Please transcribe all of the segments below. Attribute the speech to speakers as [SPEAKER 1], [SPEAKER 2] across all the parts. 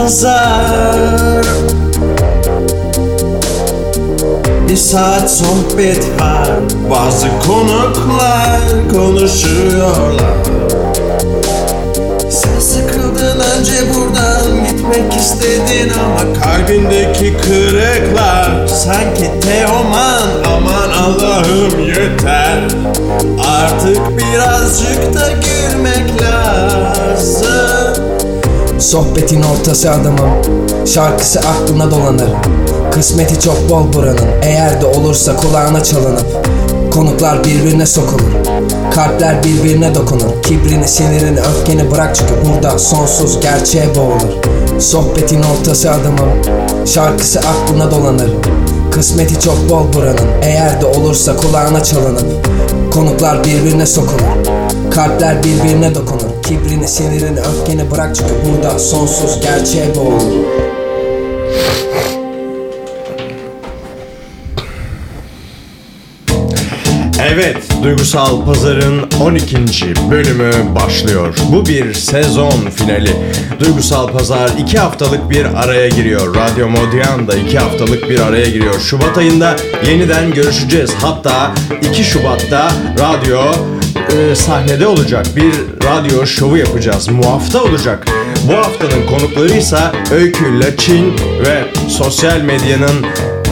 [SPEAKER 1] Pazar. Bir saat sohbet var, bazı konuklar konuşuyorlar. Sen sıkıldın önce buradan gitmek istedin ama kalbindeki kırıklar sanki Teoman, aman Allah'ım yeter. Artık birazcık da gülmek lazım.
[SPEAKER 2] Sohbetin ortası adamım, şarkısı aklına dolanır. Kısmeti çok bol buranın, eğer de olursa kulağına çalınıp konuklar birbirine sokulur, kalpler birbirine dokunur. Kibrini, sinirini, öfkeni bırak çünkü burada sonsuz gerçeğe boğulur. Sohbetin ortası adamım, şarkısı aklına dolanır. Kısmeti çok bol buranın, eğer de olursa kulağına çalınıp konuklar birbirine sokulur, kalpler birbirine dokunur. Kibrini, sinirini, öfkeni bırak çünkü burada sonsuz gerçeğe boğulur.
[SPEAKER 1] Evet, Duygusal Pazar'ın 12. bölümü başlıyor. Bu bir sezon finali. Duygusal Pazar 2 haftalık bir araya giriyor. Radyo Modern da 2 haftalık bir araya giriyor. Şubat ayında yeniden görüşeceğiz. Hatta 2 Şubat'ta radyo sahnede olacak. Bir radyo şovu yapacağız. Muafta olacak. Bu haftanın konuklarıysa Öykü Laçin ve sosyal medyanın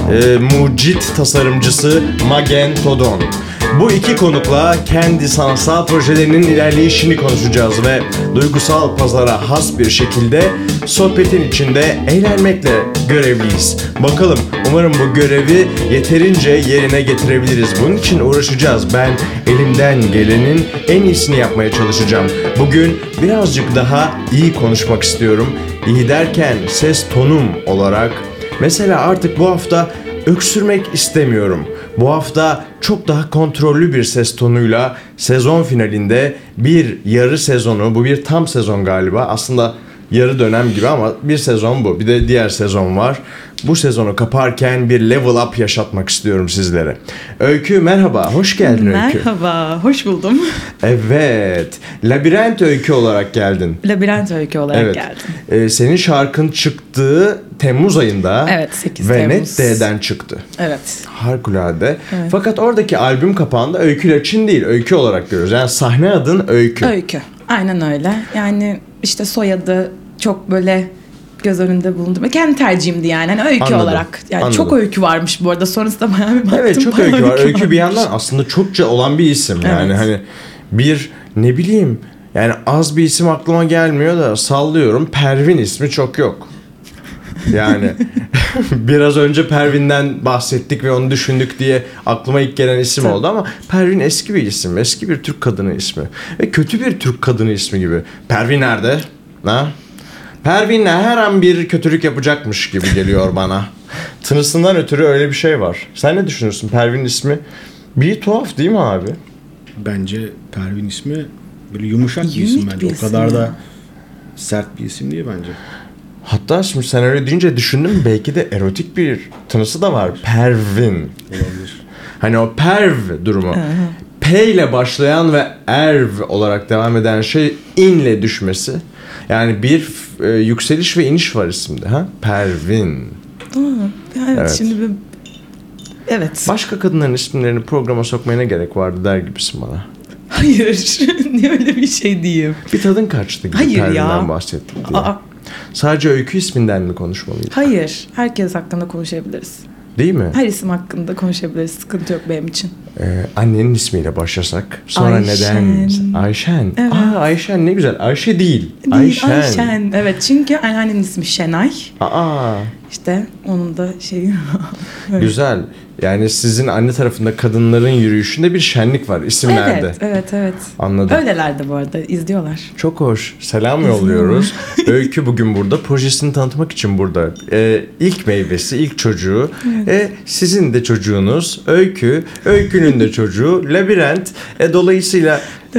[SPEAKER 1] mucit tasarımcısı Magen Todon. Bu iki konukla kendi sanatsal projelerinin ilerleyişini konuşacağız ve duygusal pazara has bir şekilde sohbetin içinde eğlenmekle görevliyiz. Bakalım, umarım bu görevi yeterince yerine getirebiliriz. Bunun için uğraşacağız. Ben elimden gelenin en iyisini yapmaya çalışacağım. Bugün birazcık daha iyi konuşmak istiyorum. İyi derken ses tonum olarak. Mesela artık bu hafta öksürmek istemiyorum. Bu hafta çok daha kontrollü bir ses tonuyla sezon finalinde bir yarı sezonu, bu bir tam sezon galiba. Aslında yarı dönem gibi ama bir sezon bu. Bir de diğer sezon var. Bu sezonu kaparken bir level up yaşatmak istiyorum sizlere. Öykü merhaba, hoş geldin Öykü.
[SPEAKER 3] Merhaba, hoş buldum.
[SPEAKER 1] Evet, Labirent Öykü olarak geldin.
[SPEAKER 3] Labirent Öykü olarak geldim.
[SPEAKER 1] Senin şarkın çıktığı Temmuz ayında.
[SPEAKER 3] Evet, 8
[SPEAKER 1] ve
[SPEAKER 3] Temmuz.
[SPEAKER 1] Net D'den çıktı.
[SPEAKER 3] Evet.
[SPEAKER 1] Harikulade.
[SPEAKER 3] Evet.
[SPEAKER 1] Fakat oradaki albüm kapağında Öykü Laçin değil, Öykü olarak görüyoruz. Yani sahne adın Öykü.
[SPEAKER 3] Öykü, aynen öyle. Yani işte soyadı çok böyle göz önünde bulundurma. Kendi tercihimdi yani. Hani öykü
[SPEAKER 1] Anladım,
[SPEAKER 3] olarak. Yani
[SPEAKER 1] anladım.
[SPEAKER 3] çok öykü varmış bu arada. Sonrasında bayağı bir baktım.
[SPEAKER 1] Evet, çok
[SPEAKER 3] bayağı
[SPEAKER 1] öykü var. Öykü bir
[SPEAKER 3] varmış.
[SPEAKER 1] yandan aslında çokça olan bir isim. Yani
[SPEAKER 3] Evet.
[SPEAKER 1] hani bir ne bileyim, yani az bir isim aklıma gelmiyor da sallıyorum. Pervin ismi çok yok. Yani biraz önce Pervin'den bahsettik ve onu düşündük diye aklıma ilk gelen isim oldu ama Pervin eski bir isim. Eski bir Türk kadını ismi. Ve kötü bir Türk kadını ismi gibi. Pervin nerede? Ha? Pervin'le her an bir kötülük yapacakmış gibi geliyor bana. Tınısından ötürü öyle bir şey var. Sen ne düşünüyorsun? Pervin ismi bir tuhaf değil mi abi?
[SPEAKER 4] Bence Pervin ismi böyle yumuşak bir
[SPEAKER 3] Unik
[SPEAKER 4] isim bence.
[SPEAKER 3] bir
[SPEAKER 4] O kadar
[SPEAKER 3] isim
[SPEAKER 4] da
[SPEAKER 3] ya.
[SPEAKER 4] sert bir isim değil bence.
[SPEAKER 1] Hatta şimdi sen öyle deyince düşündüm, belki de erotik bir tınısı da var. Pervin.
[SPEAKER 4] Olabilir.
[SPEAKER 1] Hani o perv durumu. P ile başlayan ve erv olarak devam eden şey inle düşmesi. Yani bir yükseliş ve iniş var isimde. Ha? Pervin.
[SPEAKER 3] Evet,
[SPEAKER 1] Evet.
[SPEAKER 3] şimdi bir... Evet.
[SPEAKER 1] Başka kadınların isimlerini programa sokmaya ne gerek vardı der gibisin bana.
[SPEAKER 3] Hayır. Niye öyle bir şey diyeyim?
[SPEAKER 1] Bir tadın kaçtı gibi
[SPEAKER 3] Hayır ya.
[SPEAKER 1] Pervin'den bahsettik diye.
[SPEAKER 3] Aa,
[SPEAKER 1] Sadece Öykü isminden mi konuşmalıyız?
[SPEAKER 3] hayır. Herkes hakkında konuşabiliriz.
[SPEAKER 1] Değil mi?
[SPEAKER 3] Her isim hakkında konuşabiliriz. Sıkıntı yok benim için.
[SPEAKER 1] Annenin ismiyle başlasak. Sonra
[SPEAKER 3] Ayşen.
[SPEAKER 1] neden? Ayşen.
[SPEAKER 3] Evet.
[SPEAKER 1] Aa, Ayşen ne güzel. Ayşe değil.
[SPEAKER 3] Ayşen. Evet, çünkü anneannenin ismi Şenay.
[SPEAKER 1] Aa,
[SPEAKER 3] İşte onun da şeyi... Evet.
[SPEAKER 1] güzel. Yani sizin anne tarafında kadınların yürüyüşünde bir şenlik var isimlerde.
[SPEAKER 3] Evet.
[SPEAKER 1] Anladım.
[SPEAKER 3] Öyleler de bu arada, izliyorlar.
[SPEAKER 1] Çok hoş. Selam yolluyoruz. Öykü bugün burada. Projesini tanıtmak için burada. İlk meyvesi, ilk çocuğu. Sizin de çocuğunuz. Öykü. Öykünün de çocuğu. Labirent. Dolayısıyla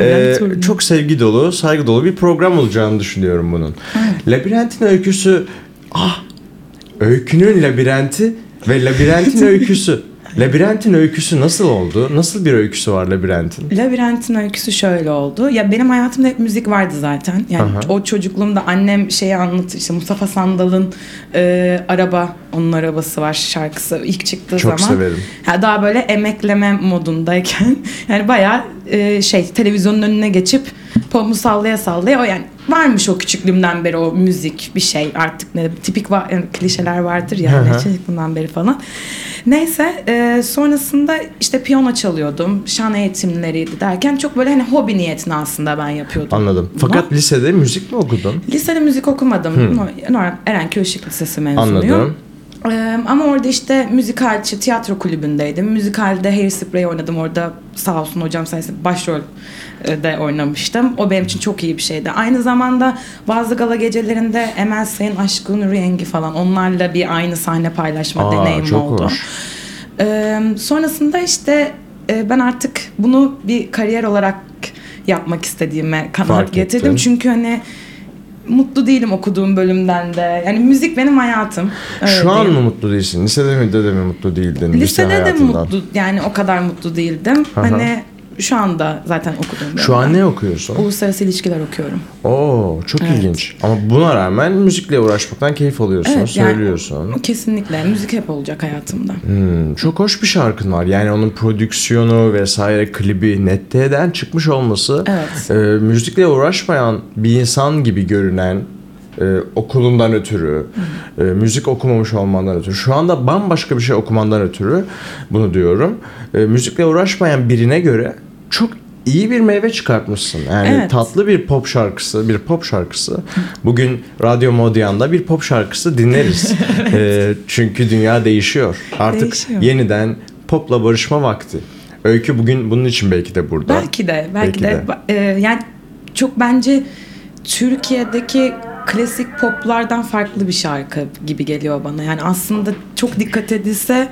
[SPEAKER 1] çok sevgi dolu, saygı dolu bir program olacağını düşünüyorum bunun. Labirentin öyküsü... Öykünün labirenti ve labirentin öyküsü. Labirent'in öyküsü nasıl oldu? Nasıl bir öyküsü var Labirent'in?
[SPEAKER 3] Labirent'in öyküsü şöyle oldu. Ya benim hayatımda hep müzik vardı zaten. Yani o çocukluğumda annem şeyi anlatır. İşte Mustafa Sandal'ın Araba, onun arabası var şarkısı ilk çıktığı
[SPEAKER 1] Çok
[SPEAKER 3] zaman.
[SPEAKER 1] severim.
[SPEAKER 3] Ya daha böyle emekleme modundayken yani bayağı televizyonun önüne geçip polumu sallaya sallaya o yani varmış o küçüklüğümden beri o müzik bir şey artık ne tipik yani klişeler vardır ya çocukluğumdan beri falan. Neyse sonrasında işte piyano çalıyordum. Şan eğitimleriydi derken çok böyle hani hobi niyetine aslında ben yapıyordum.
[SPEAKER 1] Anladım. Fakat lisede müzik mi okudun?
[SPEAKER 3] Lisede müzik okumadım. Normal Erenköy Işık Lisesi mezunuyum.
[SPEAKER 1] Anladım.
[SPEAKER 3] Ama orada işte müzikalci tiyatro kulübündeydim. Müzikalde Hairspray oynadım. Orada sağ olsun hocam sayesinde başrol de oynamıştım. O benim için çok iyi bir şeydi. Aynı zamanda bazı gala gecelerinde Emel Sayın, Aşkı Nuri Yengi falan onlarla bir aynı sahne paylaşma deneyim oldu.
[SPEAKER 1] Hoş.
[SPEAKER 3] Sonrasında işte ben artık bunu bir kariyer olarak yapmak istediğime kanaat getirdim. Çünkü hani mutlu değilim okuduğum bölümden de. Yani müzik benim hayatım.
[SPEAKER 1] Şu an mı mutlu değilsin? Lisede mi mutlu değildin?
[SPEAKER 3] Lisede de mutlu, yani o kadar mutlu değildim. Hani şu anda zaten okuduğum.
[SPEAKER 1] Şu an ne okuyorsun?
[SPEAKER 3] Uluslararası ilişkiler okuyorum.
[SPEAKER 1] Oo, çok ilginç. Ama buna rağmen müzikle uğraşmaktan keyif alıyorsun, söylüyorsun.
[SPEAKER 3] Yani, kesinlikle. Müzik hep olacak hayatımda.
[SPEAKER 1] Çok hoş bir şarkın var. Yani onun prodüksiyonu vesaire, klibi Nette'den çıkmış olması.
[SPEAKER 3] Evet.
[SPEAKER 1] Müzikle uğraşmayan bir insan gibi görünen, okulundan ötürü, müzik okumamış olmandan ötürü, şu anda bambaşka bir şey okumandan ötürü bunu diyorum. Müzikle uğraşmayan birine göre çok iyi bir meyve çıkartmışsın. Yani tatlı bir pop şarkısı. Bugün Radyo Modyan'da bir pop şarkısı dinleriz. Çünkü dünya değişiyor. Artık yeniden popla barışma vakti. Öykü bugün bunun için belki de burada.
[SPEAKER 3] Belki de. Yani çok bence Türkiye'deki klasik poplardan farklı bir şarkı gibi geliyor bana. Yani aslında çok dikkat edilse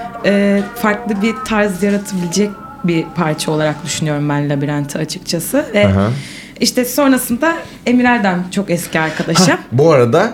[SPEAKER 3] farklı bir tarz yaratabilecek bir parça olarak düşünüyorum ben Labirent'i açıkçası. Ve işte sonrasında Emir Erdem çok eski arkadaşım.
[SPEAKER 1] Bu arada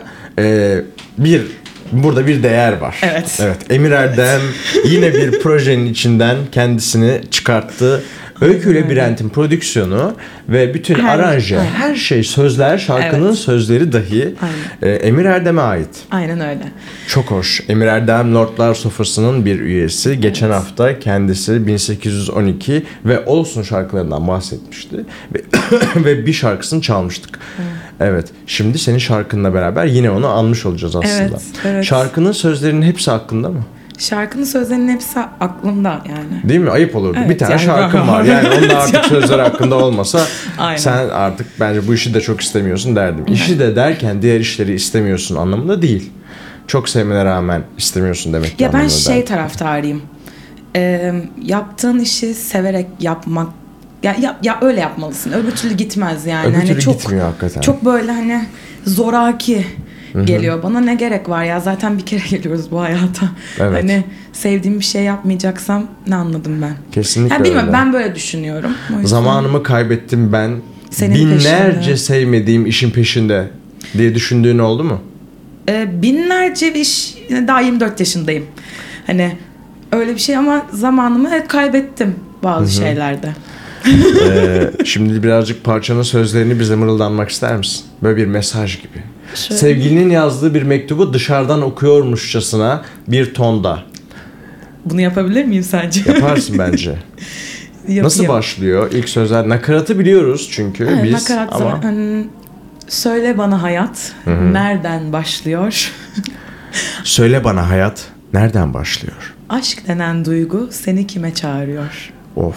[SPEAKER 1] burada bir değer var.
[SPEAKER 3] Evet.
[SPEAKER 1] Emir Erdem yine bir projenin içinden kendisini çıkarttı. Öykü Labirent'in prodüksiyonu ve bütün aranje, her şey, sözler, şarkının sözleri dahi Emir Erdem'e ait.
[SPEAKER 3] Aynen öyle.
[SPEAKER 1] Çok hoş. Emir Erdem Lordlar Sofrası'nın bir üyesi. Geçen hafta kendisi 1812 ve Olsun şarkılarından bahsetmişti. Ve bir şarkısını çalmıştık. Evet. Şimdi senin şarkınla beraber yine onu anmış olacağız aslında.
[SPEAKER 3] Evet.
[SPEAKER 1] Şarkının sözlerinin hepsi aklında mı?
[SPEAKER 3] Şarkının sözlerinin hepsi aklımda yani.
[SPEAKER 1] Değil mi? Ayıp olurdu. Bir tane şarkım var. Yani onun da artık sözleri hakkında olmasa sen artık bence bu işi de çok istemiyorsun derdim. İşi de derken diğer işleri istemiyorsun anlamında değil. Çok sevmene rağmen istemiyorsun demek ki.
[SPEAKER 3] Ya ben taraftarıyım. Yaptığın işi severek yapmak. Ya öyle yapmalısın. Öbür türlü gitmez yani.
[SPEAKER 1] Öbür türlü gitmiyor hakikaten.
[SPEAKER 3] Çok böyle hani zoraki geliyor bana. Ne gerek var ya? Zaten bir kere geliyoruz bu hayata.
[SPEAKER 1] Evet.
[SPEAKER 3] Hani sevdiğim bir şey yapmayacaksam ne anladım ben?
[SPEAKER 1] Kesinlikle
[SPEAKER 3] yani bilmiyorum,
[SPEAKER 1] öyle.
[SPEAKER 3] Ben böyle düşünüyorum.
[SPEAKER 1] Zamanımı kaybettim ben.
[SPEAKER 3] Senin
[SPEAKER 1] binlerce
[SPEAKER 3] peşinde.
[SPEAKER 1] Sevmediğim işin peşinde diye düşündüğün oldu mu?
[SPEAKER 3] Binlerce bir iş. Daha 24 yaşındayım. Hani öyle bir şey ama zamanımı hep kaybettim bazı şeylerde.
[SPEAKER 1] Şimdi birazcık parçanın sözlerini bize mırıldanmak ister misin? Böyle bir mesaj gibi. Sevgilinin yazdığı bir mektubu dışarıdan okuyormuşçasına bir tonda.
[SPEAKER 3] Bunu yapabilir miyim sence?
[SPEAKER 1] Yaparsın bence. Nasıl başlıyor ilk sözler? Nakaratı biliyoruz çünkü biz
[SPEAKER 3] nakarat
[SPEAKER 1] ama...
[SPEAKER 3] Söyle bana hayat, nereden başlıyor?
[SPEAKER 1] Söyle bana hayat, nereden başlıyor?
[SPEAKER 3] Aşk denen duygu seni kime çağırıyor?
[SPEAKER 1] Of.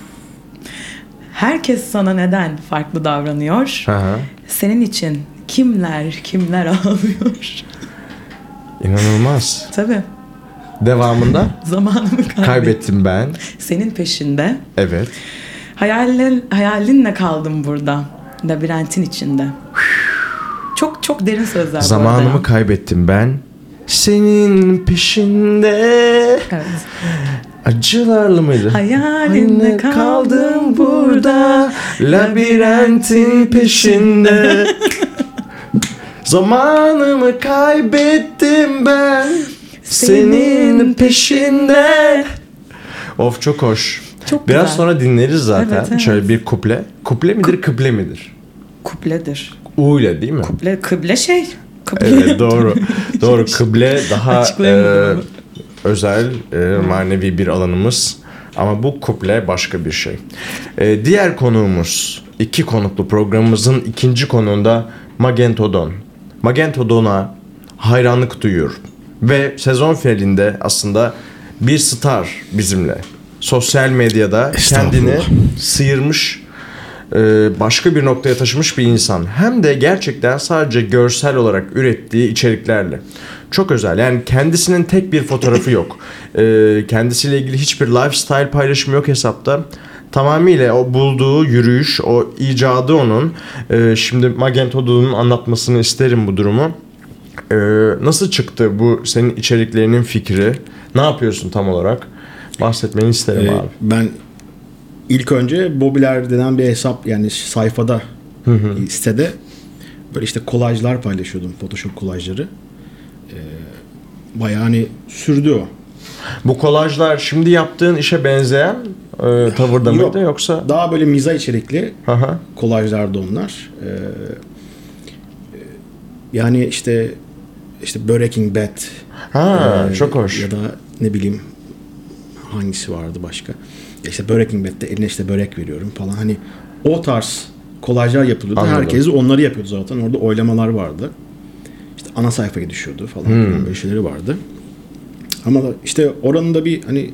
[SPEAKER 3] Herkes sana neden farklı davranıyor? Senin için kimler ağlıyor?
[SPEAKER 1] İnanılmaz.
[SPEAKER 3] Tabii.
[SPEAKER 1] Devamında?
[SPEAKER 3] Zamanımı
[SPEAKER 1] kaybettim ben.
[SPEAKER 3] Senin peşinde.
[SPEAKER 1] Evet.
[SPEAKER 3] Hayalinle kaldım burada. Labirentin içinde. Çok derin sözler.
[SPEAKER 1] Zamanımı kaybettim ben. Senin peşinde.
[SPEAKER 3] Evet.
[SPEAKER 1] Acılarlı mıydı?
[SPEAKER 3] Hayalinle kaldım burada.
[SPEAKER 1] Labirentin peşinde. Zamanımı kaybettim ben. Senin peşinde. Of çok hoş.
[SPEAKER 3] Çok
[SPEAKER 1] Biraz
[SPEAKER 3] güzel.
[SPEAKER 1] sonra dinleriz zaten.
[SPEAKER 3] Evet, evet.
[SPEAKER 1] Şöyle bir kuple. Kuple midir, kıble midir?
[SPEAKER 3] Kupledir.
[SPEAKER 1] U ile değil mi?
[SPEAKER 3] Kıble şey. Kıble.
[SPEAKER 1] Evet doğru. Doğru. Kıble daha
[SPEAKER 3] Açıklayamadım
[SPEAKER 1] özel, manevi bir alanımız. Ama bu kuple başka bir şey. Diğer konuğumuz, 2 konuklu programımızın ikinci konuğunda Magento Don. Magento Don'a hayranlık duyuyor. Ve sezon finalinde aslında bir star bizimle. Sosyal medyada kendini sıyırmış, başka bir noktaya taşımış bir insan. Hem de gerçekten sadece görsel olarak ürettiği içeriklerle. Çok özel. Yani kendisinin tek bir fotoğrafı yok. Kendisiyle ilgili hiçbir lifestyle paylaşımı yok hesapta. Tamamıyla o bulduğu yürüyüş, o icadı onun. Şimdi Magento Don'un anlatmasını isterim bu durumu. Nasıl çıktı bu senin içeriklerinin fikri? Ne yapıyorsun tam olarak? Bahsetmeni isterim abi.
[SPEAKER 4] Ben ilk önce Bobiler denen bir hesap, yani sayfada, sitede böyle işte kolajlar paylaşıyordum. Photoshop kolajları. Bayağı hani sürdü o.
[SPEAKER 1] Bu kolajlar şimdi yaptığın işe benzeyen tavırda
[SPEAKER 4] Yok.
[SPEAKER 1] mıydı yoksa?
[SPEAKER 4] Daha böyle mizah içerikli
[SPEAKER 1] Aha.
[SPEAKER 4] kolajlardı onlar. Yani işte Breaking Bad.
[SPEAKER 1] Çok hoş.
[SPEAKER 4] Ya da ne bileyim hangisi vardı başka. Ya işte Breaking Bad'de eline işte börek veriyorum falan. Hani o tarz kolajlar yapılıyordu.
[SPEAKER 1] Anladım.
[SPEAKER 4] Herkes de onları yapıyordu zaten. Orada oylamalar vardı. İşte ana sayfaya düşüyordu falan. Böyle şeyleri vardı. Ama da işte oranın da bir hani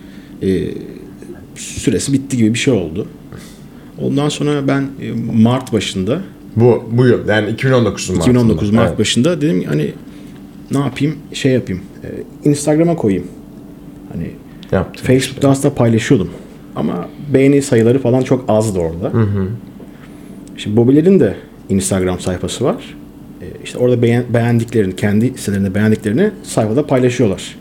[SPEAKER 4] süresi bitti gibi bir şey oldu. Ondan sonra ben Mart başında
[SPEAKER 1] Bu yıl yani 2019 Mart'ında.
[SPEAKER 4] 2019 Mart
[SPEAKER 1] Evet.
[SPEAKER 4] başında dedim ki hani ne yapayım? Şey yapayım. Instagram'a koyayım. Hani
[SPEAKER 1] Yaptım.
[SPEAKER 4] Facebook'ta aslında paylaşıyordum. Ama beğeni sayıları falan çok azdı orada. Şimdi Bobiler'in de Instagram sayfası var. İşte orada beğendiklerini, kendi sitelerinde beğendiklerini sayfada paylaşıyorlar.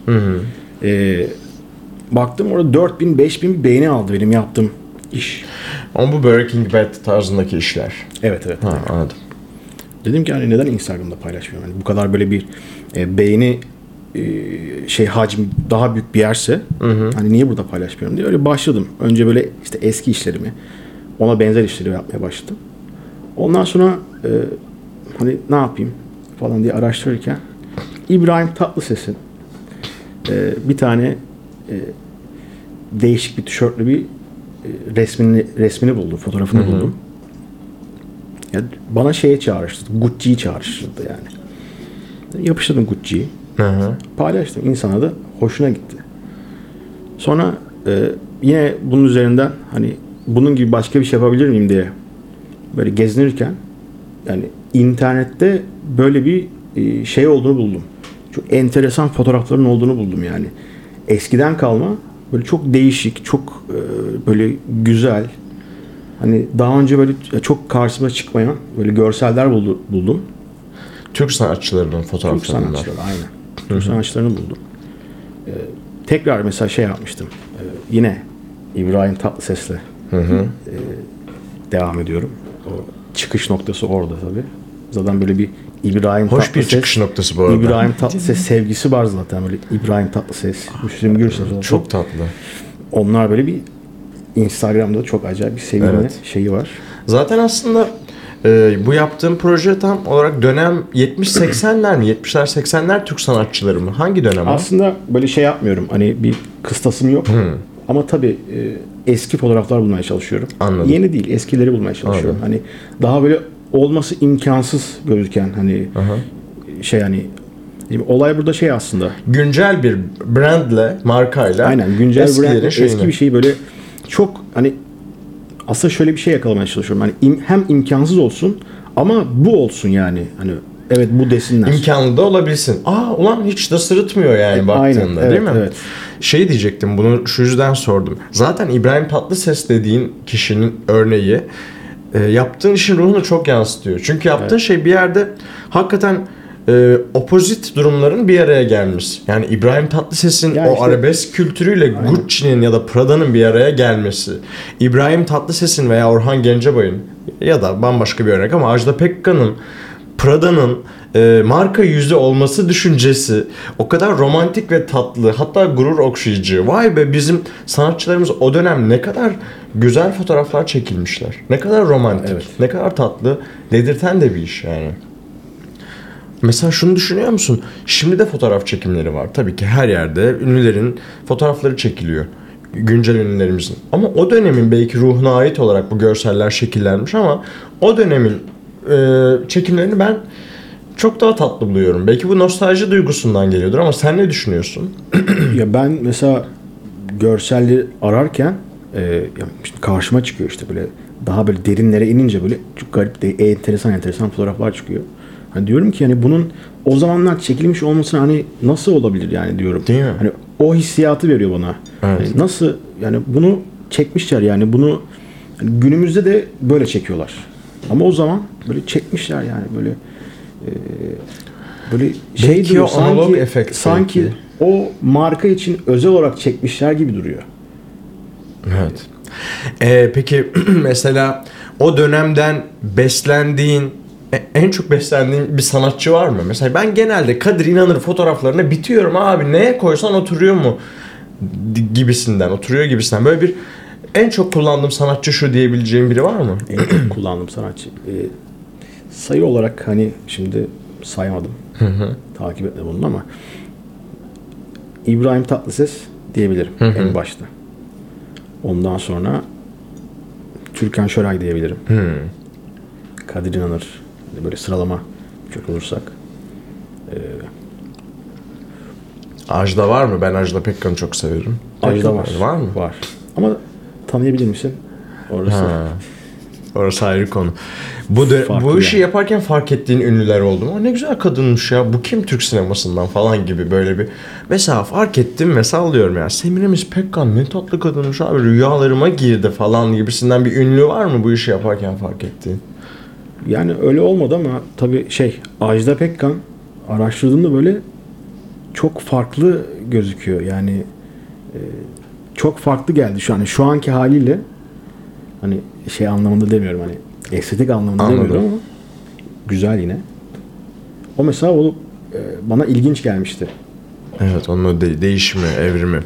[SPEAKER 4] Baktım orada 4000-5000 beğeni aldı benim yaptığım iş.
[SPEAKER 1] Ama bu Breaking Bad tarzındaki işler.
[SPEAKER 4] Evet.
[SPEAKER 1] Ha, anladım.
[SPEAKER 4] Dedim ki hani neden Instagram'da paylaşmıyorum? Yani bu kadar böyle bir beğeni hacmi daha büyük bir yerse hani niye burada paylaşmıyorum diye öyle başladım. Önce böyle işte eski işlerimi, ona benzer işleri yapmaya başladım. Ondan sonra hani ne yapayım falan diye araştırırken İbrahim Tatlıses'in bir tane değişik bir tişörtlü bir resmini buldum, fotoğrafını buldum. Ya bana şeye çağrıştırdı, Gucci'yi çağrıştırdı yani. Yapıştırdım Gucci'yi. Paylaştım. İnsana da hoşuna gitti. Sonra yine bunun üzerinden hani bunun gibi başka bir şey yapabilir miyim diye böyle gezinirken yani internette böyle bir şey olduğunu buldum. Çok enteresan fotoğrafların olduğunu buldum yani. Eskiden kalma böyle çok değişik, çok böyle güzel. Hani daha önce böyle çok karşıma çıkmayan böyle görseller buldum.
[SPEAKER 1] Türk sanatçılarının
[SPEAKER 4] Türk
[SPEAKER 1] fotoğraflarından.
[SPEAKER 4] sanatçıları aynen. Türk sanatçılarını buldum. Tekrar mesela şey yapmıştım. Yine İbrahim Tatlıses'le devam ediyorum. O çıkış noktası orada tabii. Zaten böyle bir İbrahim
[SPEAKER 1] Hoş
[SPEAKER 4] Tatlıses,
[SPEAKER 1] bir çıkış noktası bu arada.
[SPEAKER 4] İbrahim Tatlıses sevgisi var zaten böyle İbrahim Tatlıses, Müslüm Gürses olsun.
[SPEAKER 1] Çok tatlı.
[SPEAKER 4] Onlar böyle bir Instagram'da çok acayip bir sevgili şeyi var.
[SPEAKER 1] Zaten aslında bu yaptığım proje tam olarak dönem 70-80'ler mi? 70'ler 80'ler Türk sanatçıları mı? Hangi dönem o?
[SPEAKER 4] Aslında böyle şey yapmıyorum. Hani bir kıstasım yok. Ama tabii eski fotoğraflar bulmaya çalışıyorum.
[SPEAKER 1] Anladım.
[SPEAKER 4] Yeni değil, eskileri bulmaya çalışıyorum. Hani daha böyle olması imkansız gözüken hani şey hani olay burada şey aslında.
[SPEAKER 1] Güncel bir brandle, markayla.
[SPEAKER 4] Aynen güncel
[SPEAKER 1] eskilerin
[SPEAKER 4] brand,
[SPEAKER 1] şeyini.
[SPEAKER 4] eski bir şeyi böyle çok hani aslında şöyle bir şey yakalamaya çalışıyorum. Hani hem imkansız olsun ama bu olsun yani. Hani evet bu desinler.
[SPEAKER 1] İmkanlı da olabilsin. Ulan hiç de sırıtmıyor yani baktığında
[SPEAKER 4] aynen,
[SPEAKER 1] değil mi?
[SPEAKER 4] Evet.
[SPEAKER 1] Şey diyecektim, bunu şu yüzden sordum. Zaten İbrahim Tatlıses dediğin kişinin örneği yaptığın işin ruhunu çok yansıtıyor. Çünkü yaptığın şey bir yerde hakikaten opozit durumların bir araya gelmiş. Yani İbrahim Tatlıses'in
[SPEAKER 4] Ya
[SPEAKER 1] o
[SPEAKER 4] işte-
[SPEAKER 1] arabesk kültürüyle Gucci'nin ya da Prada'nın bir araya gelmesi. İbrahim Tatlıses'in veya Orhan Gencebay'ın ya da bambaşka bir örnek ama Ajda Pekkan'ın Prada'nın marka yüzü olması düşüncesi o kadar romantik ve tatlı, hatta gurur okşayıcı. Vay be, bizim sanatçılarımız o dönem ne kadar güzel fotoğraflar çekilmişler. Ne kadar romantik,
[SPEAKER 4] Evet.
[SPEAKER 1] ne kadar tatlı, dedirten de bir iş yani. Mesela şunu düşünüyor musun? Şimdi de fotoğraf çekimleri var. Tabii ki her yerde ünlülerin fotoğrafları çekiliyor. Güncel ünlülerimizin. Ama o dönemin belki ruhuna ait olarak bu görseller şekillenmiş ama o dönemin çekimlerini ben çok daha tatlı buluyorum. Belki bu nostalji duygusundan geliyordur ama sen ne düşünüyorsun?
[SPEAKER 4] Ya ben mesela görselleri ararken işte karşıma çıkıyor işte böyle daha böyle derinlere inince böyle çok garip de enteresan fotoğraflar çıkıyor. Hani diyorum ki hani bunun o zamanlar çekilmiş olmasına hani nasıl olabilir yani diyorum.
[SPEAKER 1] Değil mi?
[SPEAKER 4] Hani o hissiyatı veriyor bana.
[SPEAKER 1] Evet.
[SPEAKER 4] Hani nasıl yani bunu çekmişler yani bunu hani günümüzde de böyle çekiyorlar. Ama o zaman böyle çekmişler yani böyle böyle şey
[SPEAKER 1] Belki
[SPEAKER 4] duruyor,
[SPEAKER 1] o analog efekt
[SPEAKER 4] sanki
[SPEAKER 1] belki.
[SPEAKER 4] o marka için özel olarak çekmişler gibi duruyor.
[SPEAKER 1] Evet. Peki mesela o dönemden beslendiğin, en çok beslendiğin bir sanatçı var mı? Mesela ben genelde Kadir İnanır fotoğraflarına bitiyorum abi, neye koysan oturuyor mu gibisinden, oturuyor gibisinden. Böyle bir en çok kullandığım sanatçı şu diyebileceğim biri var mı?
[SPEAKER 4] En çok kullandığım sanatçı. Sayı olarak hani şimdi saymadım. Takip etmedim bunu ama İbrahim Tatlıses diyebilirim en başta. Ondan sonra Türkan Şoray diyebilirim. Kadir İnanır. Böyle sıralama çok olursak.
[SPEAKER 1] Ajda var mı? Ben Ajda Pekkan'ı çok severim.
[SPEAKER 4] Ajda var.
[SPEAKER 1] Var mı?
[SPEAKER 4] Var. Ama tanıyabilir misin? Orası.
[SPEAKER 1] Ha. Orası ayrı konu.
[SPEAKER 4] Farklı
[SPEAKER 1] Bu işi
[SPEAKER 4] yani.
[SPEAKER 1] yaparken fark ettiğin ünlüler oldu mu? Ne güzel kadınmış ya. Bu kim Türk sinemasından falan gibi böyle bir. Mesela fark ettim ve sallıyorum ya. Semiramis Pekkan ne tatlı kadınmış abi. Rüyalarıma girdi falan gibisinden bir ünlü var mı bu işi yaparken fark ettiğin?
[SPEAKER 4] Yani öyle olmadı ama tabii Ajda Pekkan araştırdığımda böyle çok farklı gözüküyor. Yani çok farklı geldi şu anki haliyle. Hani anlamında demiyorum hani estetik anlamında
[SPEAKER 1] Anladım.
[SPEAKER 4] demiyorum ama güzel yine. O mesela bana ilginç gelmişti.
[SPEAKER 1] Evet, onun o değişimi, evrimi.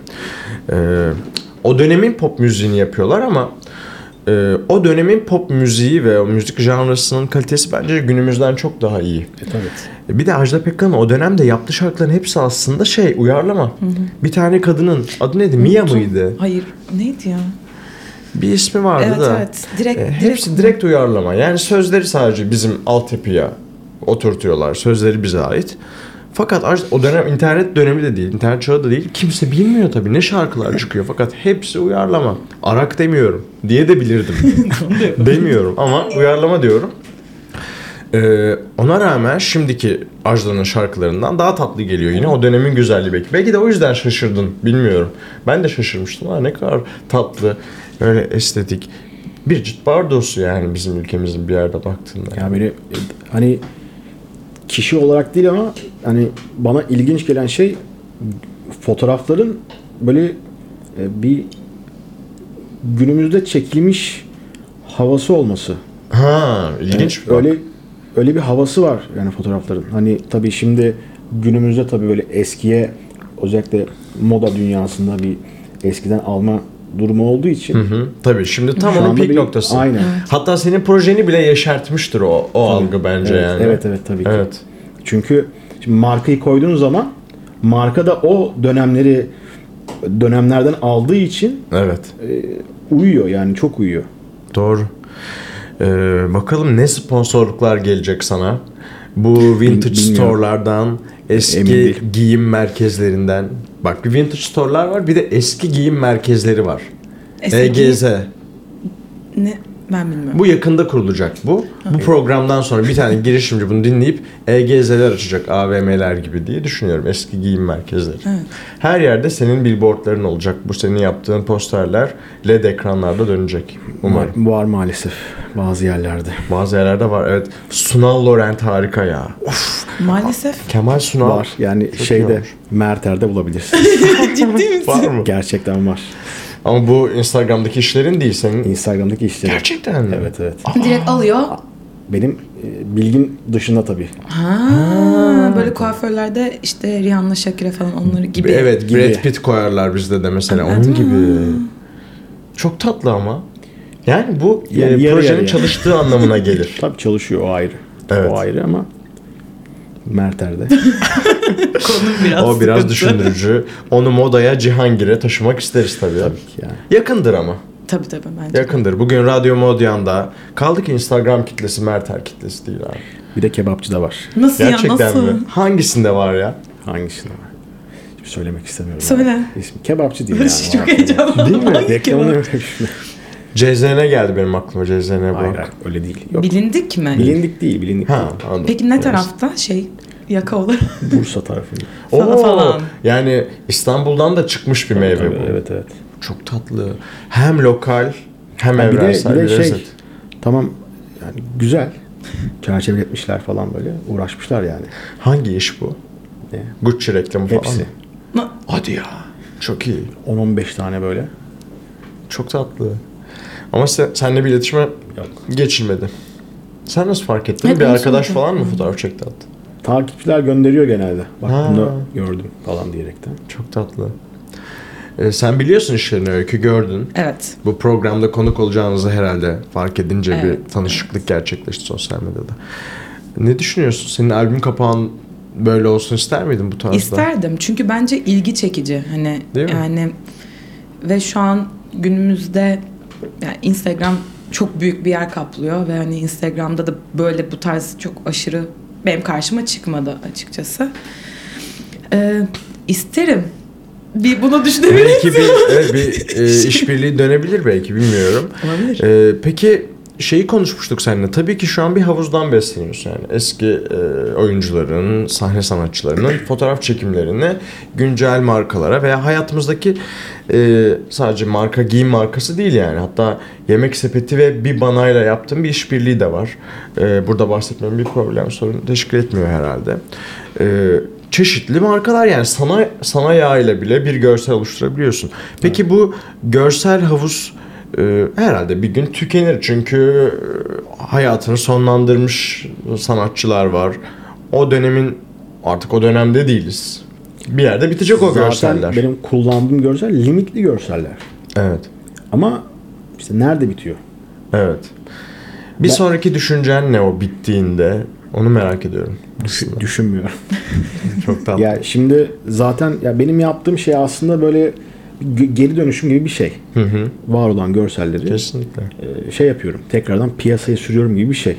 [SPEAKER 1] O dönemin pop müziğini yapıyorlar ama o dönemin pop müziği ve o müzik janrasının kalitesi bence günümüzden çok daha iyi.
[SPEAKER 4] Evet.
[SPEAKER 1] Bir de Ajda Pekkan'ın o dönemde yaptığı şarkıların hepsi aslında uyarlama. Bir tane kadının adı neydi? Mia mıydı?
[SPEAKER 3] Hayır. Neydi ya?
[SPEAKER 1] Bir ismi vardı
[SPEAKER 3] Evet,
[SPEAKER 1] da.
[SPEAKER 3] evet. Direkt-
[SPEAKER 1] Hepsi direkt uyarlama. Yani sözleri sadece bizim altyapıya oturtuyorlar. Sözleri bize ait. Fakat o dönem internet dönemi de değil, internet çağı da değil. Kimse bilmiyor tabii ne şarkılar çıkıyor. Fakat hepsi uyarlama. Arak demiyorum diye de bilirdim. Demiyorum ama uyarlama diyorum. Ona rağmen şimdiki Ajda'nın şarkılarından daha tatlı geliyor yine. O dönemin güzelliği belki. Belki de o yüzden şaşırdın. Bilmiyorum. Ben de şaşırmıştım. Ne kadar tatlı, öyle estetik. Biricik Bardos'u yani bizim ülkemizin bir yerde baktığında.
[SPEAKER 4] Ya beni hani kişi olarak değil ama hani bana ilginç gelen fotoğrafların böyle bir günümüzde çekilmiş havası olması.
[SPEAKER 1] Ha, ilginç.
[SPEAKER 4] Yani öyle bir havası var yani fotoğrafların. Hani tabii şimdi günümüzde tabii böyle eskiye özellikle moda dünyasında bir eskiden alma durumu olduğu için.
[SPEAKER 1] Tabii şimdi tam
[SPEAKER 4] Şu
[SPEAKER 1] onun
[SPEAKER 4] anda
[SPEAKER 1] peak
[SPEAKER 4] bir-
[SPEAKER 1] noktası.
[SPEAKER 4] aynen.
[SPEAKER 1] Hatta senin projeni bile yeşertmiştir o algı bence
[SPEAKER 4] Evet,
[SPEAKER 1] yani.
[SPEAKER 4] evet tabii ki.
[SPEAKER 1] Evet.
[SPEAKER 4] Çünkü şimdi markayı koyduğun zaman marka da o dönemlerden aldığı için
[SPEAKER 1] Evet.
[SPEAKER 4] uyuyor yani çok uyuyor.
[SPEAKER 1] Doğru. Bakalım ne sponsorluklar gelecek sana? Bu vintage
[SPEAKER 4] Bilmiyorum.
[SPEAKER 1] store'lardan,
[SPEAKER 4] Emin
[SPEAKER 1] eski
[SPEAKER 4] değilim.
[SPEAKER 1] giyim merkezlerinden. Bak, bir vintage store'lar var, bir de eski giyim merkezleri var.
[SPEAKER 3] Eski
[SPEAKER 1] EGZ.
[SPEAKER 3] Ne? Ben bilmiyorum.
[SPEAKER 1] Bu yakında kurulacak bu. Bu programdan sonra bir tane girişimci bunu dinleyip EGZ'ler açacak, AVM'ler gibi diye düşünüyorum. Eski giyim merkezleri.
[SPEAKER 3] Evet.
[SPEAKER 1] Her yerde senin billboardların olacak. Bu senin yaptığın posterler LED ekranlarda dönecek. Umarım.
[SPEAKER 4] Var maalesef bazı yerlerde.
[SPEAKER 1] Bazı yerlerde var. Evet. Sunal Laurent harika ya. Of.
[SPEAKER 3] Maalesef.
[SPEAKER 1] Kemal Sunal.
[SPEAKER 4] Var yani
[SPEAKER 1] Çok iyi olmuş.
[SPEAKER 4] Merter'de bulabilirsin.
[SPEAKER 3] Ciddi misin?
[SPEAKER 1] Var mı?
[SPEAKER 4] Gerçekten var.
[SPEAKER 1] Ama bu Instagram'daki işlerin değil senin.
[SPEAKER 4] Instagram'daki işleri.
[SPEAKER 1] Gerçekten mi?
[SPEAKER 4] Evet.
[SPEAKER 3] Direkt alıyor.
[SPEAKER 4] Benim bilgin dışında tabii.
[SPEAKER 3] Böyle kuaförlerde işte Rihanna, Shakira falan onları gibi.
[SPEAKER 1] Evet,
[SPEAKER 4] gibi.
[SPEAKER 1] Brad Pitt koyarlar bizde de mesela.
[SPEAKER 3] Evet,
[SPEAKER 1] Onun
[SPEAKER 3] değil mi?
[SPEAKER 1] gibi. Çok tatlı ama. Yani bu
[SPEAKER 4] Yani yarı
[SPEAKER 1] projenin
[SPEAKER 4] yarıya.
[SPEAKER 1] çalıştığı anlamına gelir.
[SPEAKER 4] Tabii çalışıyor, o ayrı.
[SPEAKER 1] Evet.
[SPEAKER 4] O ayrı ama Merter'de.
[SPEAKER 3] Konu biraz
[SPEAKER 1] O biraz
[SPEAKER 3] sıkıntı.
[SPEAKER 1] düşündürücü. Onu modaya, Cihangir'e taşımak isteriz tabii.
[SPEAKER 4] Tabii ki yani.
[SPEAKER 1] Yakındır ama.
[SPEAKER 3] Tabii bence.
[SPEAKER 1] Yakındır. Bugün Radyo Modyan'da kaldı ki Instagram kitlesi Merter kitlesi değil abi.
[SPEAKER 4] Bir de kebapçı da var.
[SPEAKER 3] Nasıl
[SPEAKER 1] Gerçekten
[SPEAKER 3] ya, nasıl?
[SPEAKER 1] mi? Hangisinde var ya?
[SPEAKER 4] Hangisinde var? Şimdi söylemek istemiyorum.
[SPEAKER 3] Söyle.
[SPEAKER 4] Yani. İsmi kebapçı değil yani.
[SPEAKER 3] Çok heyecanlı.
[SPEAKER 1] Değil mi?
[SPEAKER 3] Hangi
[SPEAKER 4] Reklamını
[SPEAKER 3] kebap?
[SPEAKER 4] yapayım şimdi.
[SPEAKER 1] CZN geldi benim aklıma. CZN
[SPEAKER 4] Hayır,
[SPEAKER 1] Burak.
[SPEAKER 4] hayır, öyle değil. Yok.
[SPEAKER 3] Bilindik mi?
[SPEAKER 4] Bilindik değil, bilindik
[SPEAKER 1] Ha,
[SPEAKER 4] değil.
[SPEAKER 1] anladım.
[SPEAKER 3] Peki ne tarafta? Yaka olarak.
[SPEAKER 4] Bursa tarafında.
[SPEAKER 3] falan.
[SPEAKER 1] Yani İstanbul'dan da çıkmış bir meyve
[SPEAKER 4] Tabii,
[SPEAKER 1] bu.
[SPEAKER 4] evet.
[SPEAKER 1] Çok tatlı. Hem lokal hem
[SPEAKER 4] Bir de,
[SPEAKER 1] evrensel
[SPEAKER 4] bir de
[SPEAKER 1] bir
[SPEAKER 4] şey,
[SPEAKER 1] lezzet.
[SPEAKER 4] tamam yani güzel. Çerçeveletmişler falan böyle. Uğraşmışlar yani.
[SPEAKER 1] Hangi iş bu?
[SPEAKER 4] Ne?
[SPEAKER 1] Gucci reklamı falan
[SPEAKER 4] Hepsi.
[SPEAKER 1] mı? Hadi ya. Çok iyi.
[SPEAKER 4] 10-15 tane böyle.
[SPEAKER 1] Çok tatlı. Ama seninle bir iletişime
[SPEAKER 4] Yok.
[SPEAKER 1] geçilmedi. Sen nasıl fark ettin?
[SPEAKER 3] Evet,
[SPEAKER 1] Bir
[SPEAKER 3] onu
[SPEAKER 1] arkadaş
[SPEAKER 3] soracağım.
[SPEAKER 1] falan mı fotoğraf çekti attı?
[SPEAKER 4] Takipçiler gönderiyor genelde. Bak
[SPEAKER 1] Ha.
[SPEAKER 4] bunu da gördüm falan diyerekten.
[SPEAKER 1] Çok tatlı. Sen biliyorsun işlerini, Öykü, gördün.
[SPEAKER 3] Evet.
[SPEAKER 1] Bu programda konuk olacağınızı herhalde fark edince
[SPEAKER 3] Evet,
[SPEAKER 1] bir tanışıklık gerçekleşti sosyal medyada. Ne düşünüyorsun? Senin albüm kapağın böyle olsun ister miydin bu tarzda?
[SPEAKER 3] İsterdim. Çünkü bence ilgi çekici. Hani
[SPEAKER 1] Değil mi?
[SPEAKER 3] yani ve şu an günümüzde yani Instagram çok büyük bir yer kaplıyor ve hani Instagram'da da böyle bu tarz çok aşırı benim karşıma çıkmadı açıkçası. İsterim. Bir bunu düşünebilir
[SPEAKER 1] Belki
[SPEAKER 3] misin?
[SPEAKER 1] bir işbirliği dönebilir belki, bilmiyorum.
[SPEAKER 3] Olabilir.
[SPEAKER 1] Peki şeyi konuşmuştuk seninle. Tabii ki şu an bir havuzdan besleniyorsun yani. Eski oyuncuların, sahne sanatçılarının fotoğraf çekimlerini güncel markalara veya hayatımızdaki sadece marka, giyim markası değil yani. Hatta Yemek Sepeti ve Bibana'yla yaptığım bir işbirliği de var. Burada bahsetmem bir problem, sorun teşkil etmiyor herhalde. Çeşitli markalar yani sana yağıyla bile bir görsel oluşturabiliyorsun. Peki bu görsel havuz herhalde bir gün tükenir çünkü hayatını sonlandırmış sanatçılar var. O dönemin artık o dönemde değiliz. Bir yerde bitecek o görseller.
[SPEAKER 4] Zaten benim kullandığım görsel limitli görseller.
[SPEAKER 1] Evet.
[SPEAKER 4] Ama işte nerede bitiyor?
[SPEAKER 1] Evet. Bir sonraki düşüncen ne o bittiğinde? Onu merak ediyorum.
[SPEAKER 4] Düşünmüyorum.
[SPEAKER 1] Çok tatlı.
[SPEAKER 4] Ya şimdi zaten ya benim yaptığım şey aslında böyle geri dönüşüm gibi bir şey. Var olan görselleri
[SPEAKER 1] Kesinlikle.
[SPEAKER 4] şey yapıyorum. Tekrardan piyasaya sürüyorum gibi bir şey.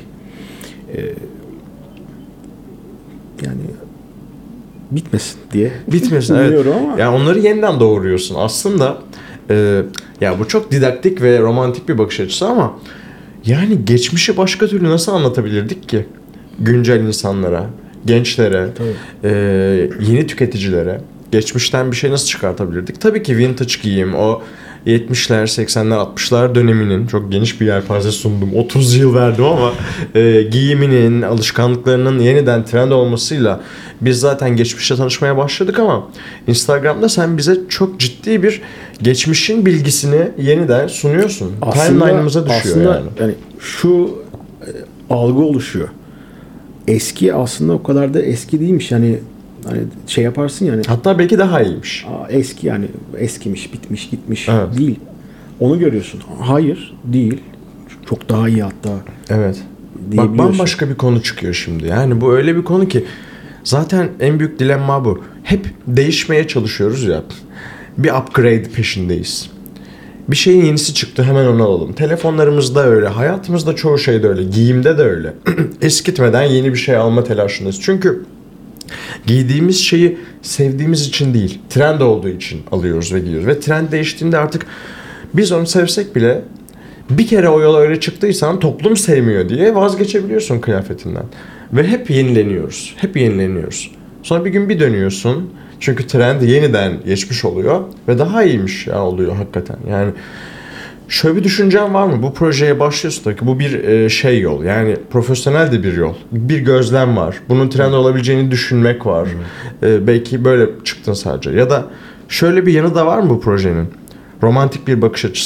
[SPEAKER 4] Yani bitmesin diye.
[SPEAKER 1] Bitmesin, evet.
[SPEAKER 4] Umuyorum ama.
[SPEAKER 1] Yani onları yeniden doğuruyorsun. Aslında ya bu çok didaktik ve romantik bir bakış açısı ama yani geçmişi başka türlü nasıl anlatabilirdik ki? Güncel insanlara, gençlere, yeni tüketicilere geçmişten bir şey nasıl çıkartabilirdik? Tabii ki vintage giyim, o 70'ler, 80'ler, 60'lar döneminin çok geniş bir yelpaze sundum. 30 yıl verdim ama giyiminin, alışkanlıklarının yeniden trend olmasıyla biz zaten geçmişle tanışmaya başladık ama Instagram'da sen bize çok ciddi bir geçmişin bilgisini yeniden sunuyorsun. Timeline'ımıza düşüyor
[SPEAKER 4] aslında
[SPEAKER 1] yani.
[SPEAKER 4] şu algı oluşuyor. Eski aslında o kadar da eski değilmiş. Yani hani şey yaparsın yani.
[SPEAKER 1] Hatta belki daha iyiymiş.
[SPEAKER 4] Eski yani eskimiş, bitmiş, gitmiş
[SPEAKER 1] Evet.
[SPEAKER 4] değil. Onu görüyorsun. Hayır, değil. Çok daha iyi hatta.
[SPEAKER 1] Evet. Bak
[SPEAKER 4] Diyebiliyorsun.
[SPEAKER 1] bambaşka bir konu çıkıyor şimdi. Yani bu öyle bir konu ki zaten en büyük dilemma bu. Hep değişmeye çalışıyoruz ya. Bir upgrade peşindeyiz. Bir şeyin yenisi çıktı, hemen onu alalım. Telefonlarımızda öyle, hayatımızda çoğu şeyde öyle, giyimde de öyle. Eskitmeden yeni bir şey alma telaşındayız. Çünkü giydiğimiz şeyi sevdiğimiz için değil, trend olduğu için alıyoruz ve giyiyoruz. Ve trend değiştiğinde artık biz onu sevsek bile bir kere o yola öyle çıktıysan toplum sevmiyor diye vazgeçebiliyorsun kıyafetinden. Ve hep yenileniyoruz. Hep yenileniyoruz. Sonra bir gün bir dönüyorsun. Çünkü trend yeniden geçmiş oluyor. Ve daha iyiymiş ya oluyor hakikaten. Yani şöyle bir düşüncen var mı? Bu projeye başlıyorsun da ki bu bir şey yol. Yani profesyonel de bir yol. Bir gözlem var. Bunun trend olabileceğini düşünmek var. Belki böyle çıktın sadece. Ya da şöyle bir yanı da var mı bu projenin? Romantik bir bakış açısı.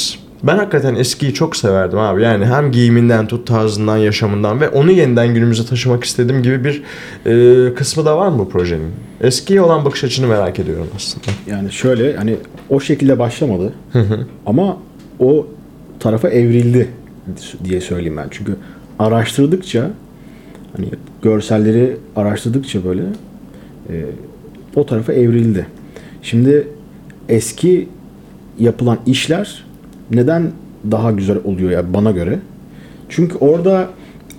[SPEAKER 1] Ben hakikaten eskiyi çok severdim abi. Yani hem giyiminden tut, tarzından, yaşamından ve onu yeniden günümüze taşımak istediğim gibi bir kısmı da var mı bu projenin? Eskiye olan bakış açını merak ediyorum aslında.
[SPEAKER 4] Yani şöyle hani o şekilde başlamadı ama o tarafa evrildi diye söyleyeyim ben. Çünkü araştırdıkça hani görselleri araştırdıkça böyle o tarafa evrildi. Şimdi eski yapılan işler neden daha güzel oluyor ya bana göre? Çünkü orada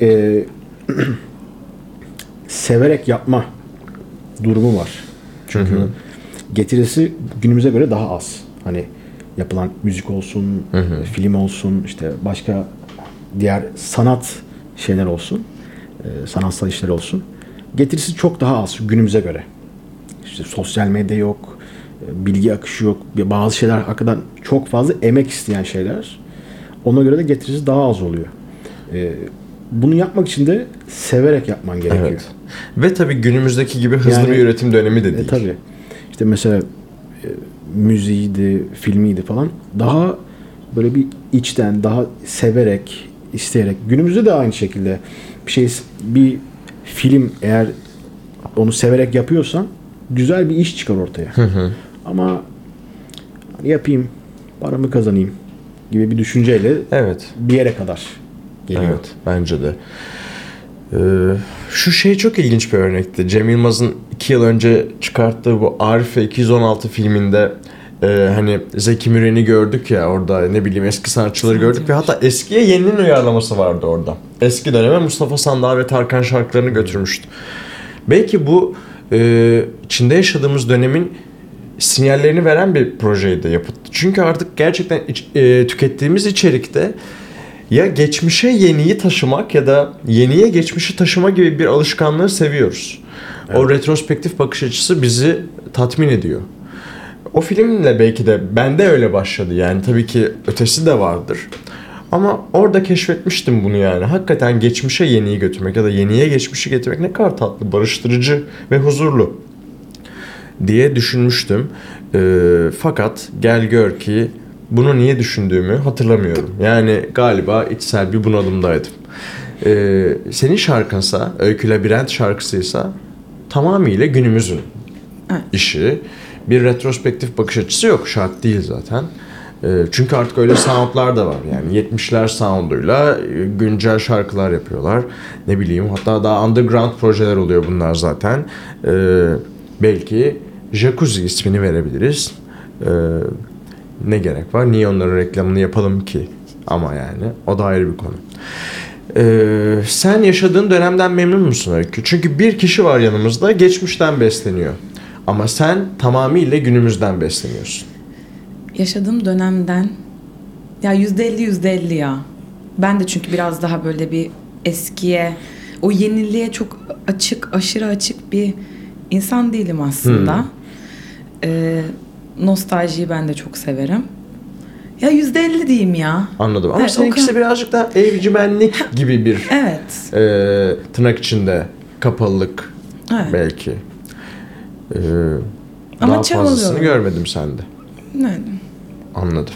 [SPEAKER 4] severek yapma durumu var. Çünkü getirisi günümüze göre daha az. Hani yapılan müzik olsun, film olsun, işte başka diğer sanat şeyler olsun, sanatsal işler olsun. Getirisi çok daha az günümüze göre. İşte sosyal medya yok, bilgi akışı yok. Bazı şeyler hakikaten çok fazla emek isteyen şeyler. Ona göre de getirisi daha az oluyor. Bunu yapmak için de severek yapman gerekiyor.
[SPEAKER 1] Evet. Ve tabii günümüzdeki gibi hızlı bir üretim dönemi de değil.
[SPEAKER 4] Tabii. İşte mesela müziğiydi, filmiydi falan. Daha böyle bir içten, daha severek, isteyerek. Günümüzde de aynı şekilde bir film eğer onu severek yapıyorsan güzel bir iş çıkar ortaya. Ama yapayım, paramı kazanayım gibi bir düşünceyle bir yere kadar geliyor.
[SPEAKER 1] Evet, bence de. Şu şey çok ilginç bir örnekti. Cem Yılmaz'ın 2 yıl önce çıkarttığı bu Arife 216 filminde hani Zeki Müren'i gördük ya orada, ne bileyim eski sanatçıları gördük ve hatta eskiye yeninin uyarlaması vardı orada. Eski döneme Mustafa Sandal ve Tarkan şarkılarını götürmüştü. Belki bu içinde yaşadığımız dönemin sinyallerini veren bir projeydi yapıt. Çünkü artık gerçekten tükettiğimiz içerikte ya geçmişe yeniyi taşımak ya da yeniye geçmişi taşıma gibi bir alışkanlığı seviyoruz. Evet. O retrospektif bakış açısı bizi tatmin ediyor. O filmle belki de bende öyle başladı. Yani tabii ki ötesi de vardır. Ama orada keşfetmiştim bunu yani. Hakikaten geçmişe yeniyi götürmek ya da yeniye geçmişi getirmek ne kadar tatlı, barıştırıcı ve huzurlu diye düşünmüştüm. Fakat gel gör ki bunu niye düşündüğümü hatırlamıyorum. Yani galiba içsel bir bunalımdaydım. Senin şarkınsa, Öykü Labirent şarkısıysa tamamıyla günümüzün işi. Bir retrospektif bakış açısı yok. Şarkı değil zaten. Çünkü artık öyle soundlar da var. Yani 70'ler sounduyla güncel şarkılar yapıyorlar. Ne bileyim, hatta daha underground projeler oluyor bunlar zaten. Belki Jacuzzi ismini verebiliriz. Ne gerek var? Niye onların reklamını yapalım ki? Ama yani o da ayrı bir konu. Sen yaşadığın dönemden memnun musun Öykü? Çünkü bir kişi var yanımızda, geçmişten besleniyor. Ama sen tamamıyla günümüzden besleniyorsun.
[SPEAKER 3] Yaşadığım dönemden ya %50 ya. Ben de çünkü biraz daha böyle bir eskiye, o yeniliğe çok açık, aşırı açık bir insan değilim aslında. Nostaljiyi ben de çok severim. Ya %50 diyeyim ya.
[SPEAKER 1] Anladım. Ama seninkisi birazcık daha evcimenlik gibi bir tırnak içinde kapalılık belki.
[SPEAKER 3] Ama
[SPEAKER 1] daha fazlasını görmedim sende.
[SPEAKER 3] Evet.
[SPEAKER 1] Anladım.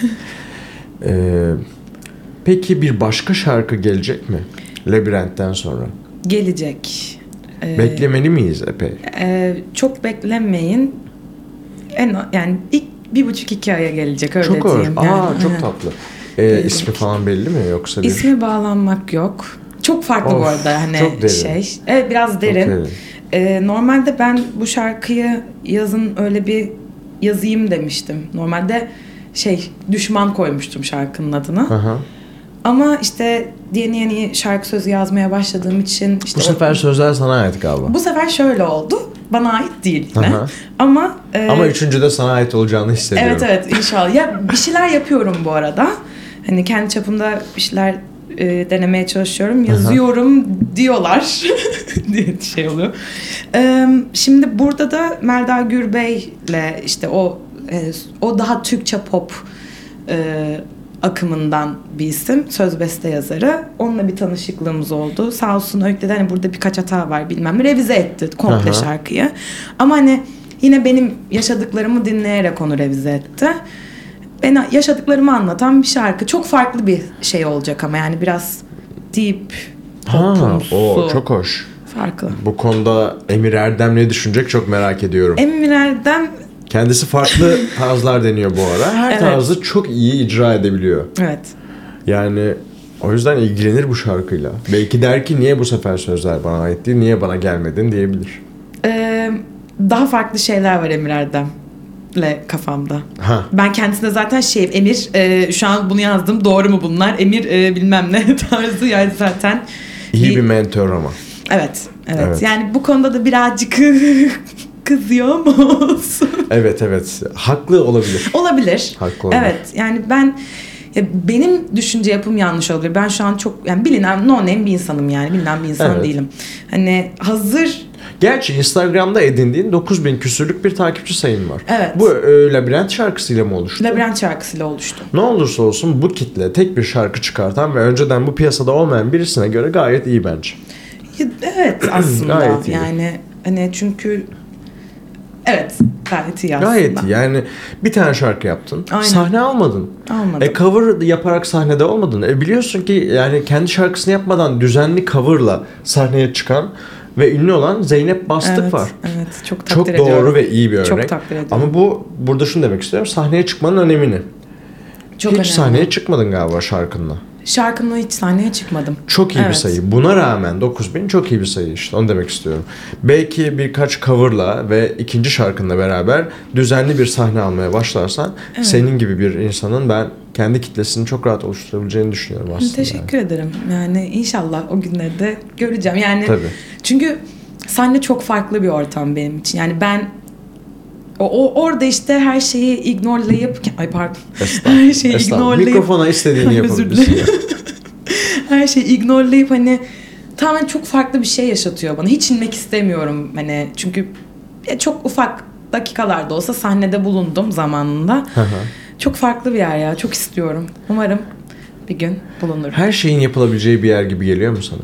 [SPEAKER 1] Peki bir başka şarkı gelecek mi? Labirent'ten sonra.
[SPEAKER 3] Gelecek.
[SPEAKER 1] Beklemeli miyiz epey?
[SPEAKER 3] Çok beklemeyin. Yani ilk 1,5-2 aya gelecek, öyle
[SPEAKER 1] çok
[SPEAKER 3] diyeyim.
[SPEAKER 1] Yani. Çok tatlı. İsmi falan belli mi yoksa?
[SPEAKER 3] İsmi bağlanmak yok. Çok farklı bu arada hani
[SPEAKER 1] çok derin.
[SPEAKER 3] şey. Evet, biraz derin. Normalde ben bu şarkıyı yazın öyle bir yazayım demiştim. Normalde düşman koymuştum şarkının adına.
[SPEAKER 1] Aha.
[SPEAKER 3] Ama işte yeni şarkı sözü yazmaya başladığım için işte
[SPEAKER 1] bu sefer sözler sana ait galiba.
[SPEAKER 3] Bu sefer şöyle oldu. Bana ait değil yine. Ama
[SPEAKER 1] üçüncüde sana ait olacağını hissediyorum.
[SPEAKER 3] Evet inşallah. Ya bir şeyler yapıyorum bu arada. Hani kendi çapımda bir şeyler denemeye çalışıyorum. Yazıyorum diyorlar diye şey oluyor. Şimdi burada da Melda Gürbey'le işte o daha Türkçe pop akımından bir isim. Söz beste yazarı. Onunla bir tanışıklığımız oldu. Sağ olsun Öykü'de hani burada birkaç hata var bilmem ne. Revize etti komple şarkıyı. Ama hani yine benim yaşadıklarımı dinleyerek onu revize etti. ben yaşadıklarımı anlatan bir şarkı. Çok farklı bir şey olacak ama yani biraz deep, toplumsu.
[SPEAKER 1] O çok hoş.
[SPEAKER 3] Farklı.
[SPEAKER 1] Bu konuda Emir Erdem ne düşünecek çok merak ediyorum.
[SPEAKER 3] Emir Erdem,
[SPEAKER 1] Kendisi farklı tarzlar deniyor bu ara. Her
[SPEAKER 3] Evet.
[SPEAKER 1] tarzı çok iyi icra edebiliyor.
[SPEAKER 3] evet.
[SPEAKER 1] Yani o yüzden ilgilenir bu şarkıyla. Belki der ki niye bu sefer sözler bana ait değil, niye bana gelmedin diyebilir.
[SPEAKER 3] Daha farklı şeyler var Emir Erdem'le kafamda.
[SPEAKER 1] Ha.
[SPEAKER 3] Ben kendisine zaten Emir şu an bunu yazdım, doğru mu bunlar? Emir bilmem ne tarzı yani zaten.
[SPEAKER 1] İyi bir mentor ama.
[SPEAKER 3] Evet.
[SPEAKER 1] Evet.
[SPEAKER 3] Yani bu konuda da birazcık kızıyor mu olsun?
[SPEAKER 1] Evet. Haklı olabilir.
[SPEAKER 3] Olabilir.
[SPEAKER 1] Haklı olabilir.
[SPEAKER 3] Evet. Yani benim düşünce yapım yanlış olabilir. Ben şu an çok yani bilinen no name bir insanım yani. Bilinen bir insan
[SPEAKER 1] Evet.
[SPEAKER 3] değilim. Hani hazır.
[SPEAKER 1] Gerçi Instagram'da edindiğin 9000 küsürlük bir takipçi sayın var.
[SPEAKER 3] Evet.
[SPEAKER 1] Bu Labirent şarkısıyla mı oluştu?
[SPEAKER 3] Labirent şarkısıyla oluştu.
[SPEAKER 1] Ne olursa olsun bu kitle tek bir şarkı çıkartan ve önceden bu piyasada olmayan birisine göre gayet iyi bence.
[SPEAKER 3] Evet aslında.
[SPEAKER 1] Gayet iyi.
[SPEAKER 3] Yani hani çünkü evet gayet iyi aslında.
[SPEAKER 1] Gayet iyi. Yani bir tane şarkı yaptın.
[SPEAKER 3] Aynen.
[SPEAKER 1] Sahne almadın.
[SPEAKER 3] Almadım.
[SPEAKER 1] Cover yaparak sahnede olmadın. Biliyorsun ki yani kendi şarkısını yapmadan düzenli coverla sahneye çıkan ve ünlü olan Zeynep Bastık
[SPEAKER 3] Evet,
[SPEAKER 1] var.
[SPEAKER 3] evet. Çok
[SPEAKER 1] Çok
[SPEAKER 3] takdir
[SPEAKER 1] doğru
[SPEAKER 3] ediyorum.
[SPEAKER 1] ve iyi bir örnek.
[SPEAKER 3] Çok takdir ediyorum.
[SPEAKER 1] Ama burada şunu demek istiyorum. Sahneye çıkmanın önemini.
[SPEAKER 3] Çok
[SPEAKER 1] Hiç
[SPEAKER 3] önemli.
[SPEAKER 1] sahneye çıkmadın galiba şarkınla.
[SPEAKER 3] Şarkımla hiç sahneye çıkmadım.
[SPEAKER 1] Çok iyi bir
[SPEAKER 3] Evet.
[SPEAKER 1] sayı. Buna rağmen 9000 çok iyi bir sayı işte. Onu demek istiyorum. Belki birkaç coverla ve ikinci şarkınla beraber düzenli bir sahne almaya başlarsan senin gibi bir insanın ben kendi kitlesini çok rahat oluşturabileceğini düşünüyorum aslında.
[SPEAKER 3] Teşekkür ederim. Yani inşallah o günleri de göreceğim. Yani
[SPEAKER 1] Tabii.
[SPEAKER 3] çünkü sahne çok farklı bir ortam benim için. Yani ben orada işte her şeyi ignorelayıp her şeyi ignorelayıp
[SPEAKER 1] Mikrofona istediğini
[SPEAKER 3] Özür
[SPEAKER 1] yapabilirsin ya.
[SPEAKER 3] her şeyi ignorelayıp hani tamamen çok farklı bir şey yaşatıyor bana. Hiç inmek istemiyorum hani çünkü çok ufak dakikalarda olsa sahnede bulundum zamanında. Çok farklı bir yer ya. Çok istiyorum. Umarım bir gün bulunur.
[SPEAKER 1] Her şeyin yapılabileceği bir yer gibi geliyor mu sana?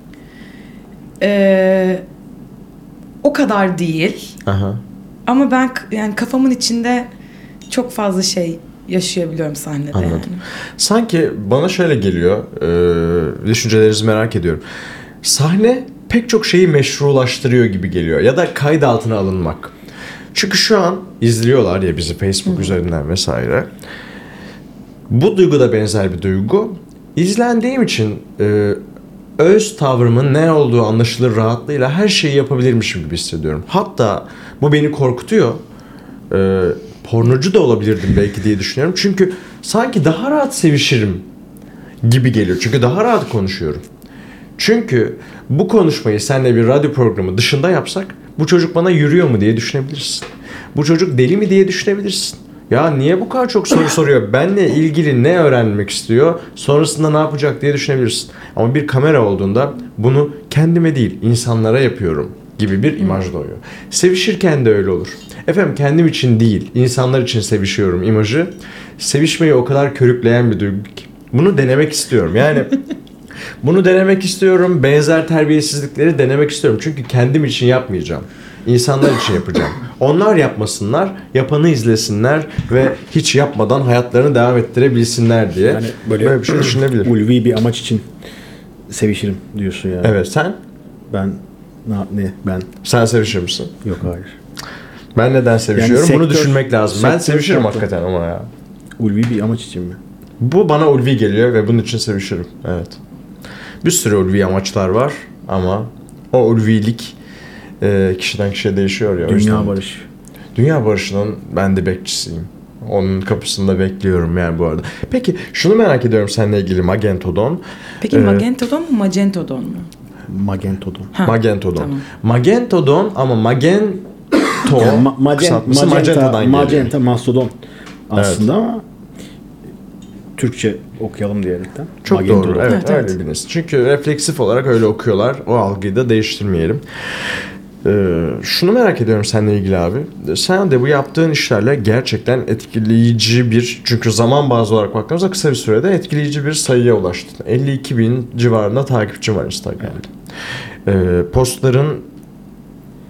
[SPEAKER 3] O kadar değil.
[SPEAKER 1] Aha.
[SPEAKER 3] Ama ben yani kafamın içinde çok fazla şey yaşayabiliyorum sahnede.
[SPEAKER 1] Anladım.
[SPEAKER 3] Yani.
[SPEAKER 1] Sanki bana şöyle geliyor, düşüncelerinizi merak ediyorum. Sahne pek çok şeyi meşrulaştırıyor gibi geliyor ya da kayıt altına alınmak. Çünkü şu an izliyorlar ya bizi Facebook üzerinden vesaire. Bu duygu da benzer bir duygu. İzlendiğim için öz tavrımın ne olduğu anlaşılır rahatlığıyla her şeyi yapabilirmişim gibi hissediyorum. Hatta bu beni korkutuyor. Pornocu da olabilirdim belki diye düşünüyorum. Çünkü sanki daha rahat sevişirim gibi geliyor. Çünkü daha rahat konuşuyorum. Çünkü bu konuşmayı seninle bir radyo programı dışında yapsak bu çocuk bana yürüyor mu diye düşünebilirsin. Bu çocuk deli mi diye düşünebilirsin. Ya niye bu kadar çok soru soruyor? Benle ilgili ne öğrenmek istiyor? Sonrasında ne yapacak diye düşünebilirsin. Ama bir kamera olduğunda bunu kendime değil insanlara yapıyorum gibi bir imaj doğuyor. Sevişirken de öyle olur. Efendim kendim için değil, insanlar için sevişiyorum imajı. Sevişmeyi o kadar körükleyen bir duygu ki. Bunu denemek istiyorum. Yani bunu denemek istiyorum. Benzer terbiyesizlikleri denemek istiyorum. Çünkü kendim için yapmayacağım. İnsanlar için yapacağım. Onlar yapmasınlar, yapanı izlesinler ve hiç yapmadan hayatlarını devam ettirebilsinler diye.
[SPEAKER 4] Yani
[SPEAKER 1] böyle bir şey düşünebilir.
[SPEAKER 4] Ulvi bir amaç için sevişirim diyorsun yani.
[SPEAKER 1] Evet, sen?
[SPEAKER 4] Ben
[SPEAKER 1] Sen sevişir misin?
[SPEAKER 4] yok hayır.
[SPEAKER 1] Ben neden sevişiyorum?
[SPEAKER 4] Yani
[SPEAKER 1] Bunu düşünmek lazım. Ben
[SPEAKER 4] sektör
[SPEAKER 1] sevişirim
[SPEAKER 4] farklı.
[SPEAKER 1] hakikaten ama ya.
[SPEAKER 4] Ulvi bir amaç için mi?
[SPEAKER 1] Bu bana ulvi geliyor ve bunun için sevişirim. Evet. Bir sürü ulvi amaçlar var ama o ulvilik kişiden kişiye değişiyor ya. O yüzden-
[SPEAKER 4] Dünya barışı.
[SPEAKER 1] Dünya barışının ben de bekçisiyim. Onun kapısında bekliyorum yani bu arada. Peki şunu merak ediyorum seninle ilgili Magentodon.
[SPEAKER 3] Peki Magentodon mu Magentodon mu?
[SPEAKER 4] Magentodon.
[SPEAKER 3] Ha,
[SPEAKER 1] Magentodon.
[SPEAKER 3] tamam.
[SPEAKER 1] Magentodon ama Magento kısaltması Magenta'dan geliyor.
[SPEAKER 4] Magenta Mastodon aslında ama Türkçe okuyalım diyerekten.
[SPEAKER 1] Çok
[SPEAKER 4] Magentodon.
[SPEAKER 1] doğru. Evet,
[SPEAKER 3] Evet,
[SPEAKER 1] öyle
[SPEAKER 3] evet.
[SPEAKER 1] biliniz. Çünkü refleksif olarak öyle okuyorlar. O algıyı da değiştirmeyelim. Şunu merak ediyorum seninle ilgili abi. Sen de bu yaptığın işlerle gerçekten etkileyici bir, çünkü zaman bazlı olarak baktığımızda kısa bir sürede etkileyici bir sayıya ulaştın. 52.000 civarında takipçim var Instagram'da. Postların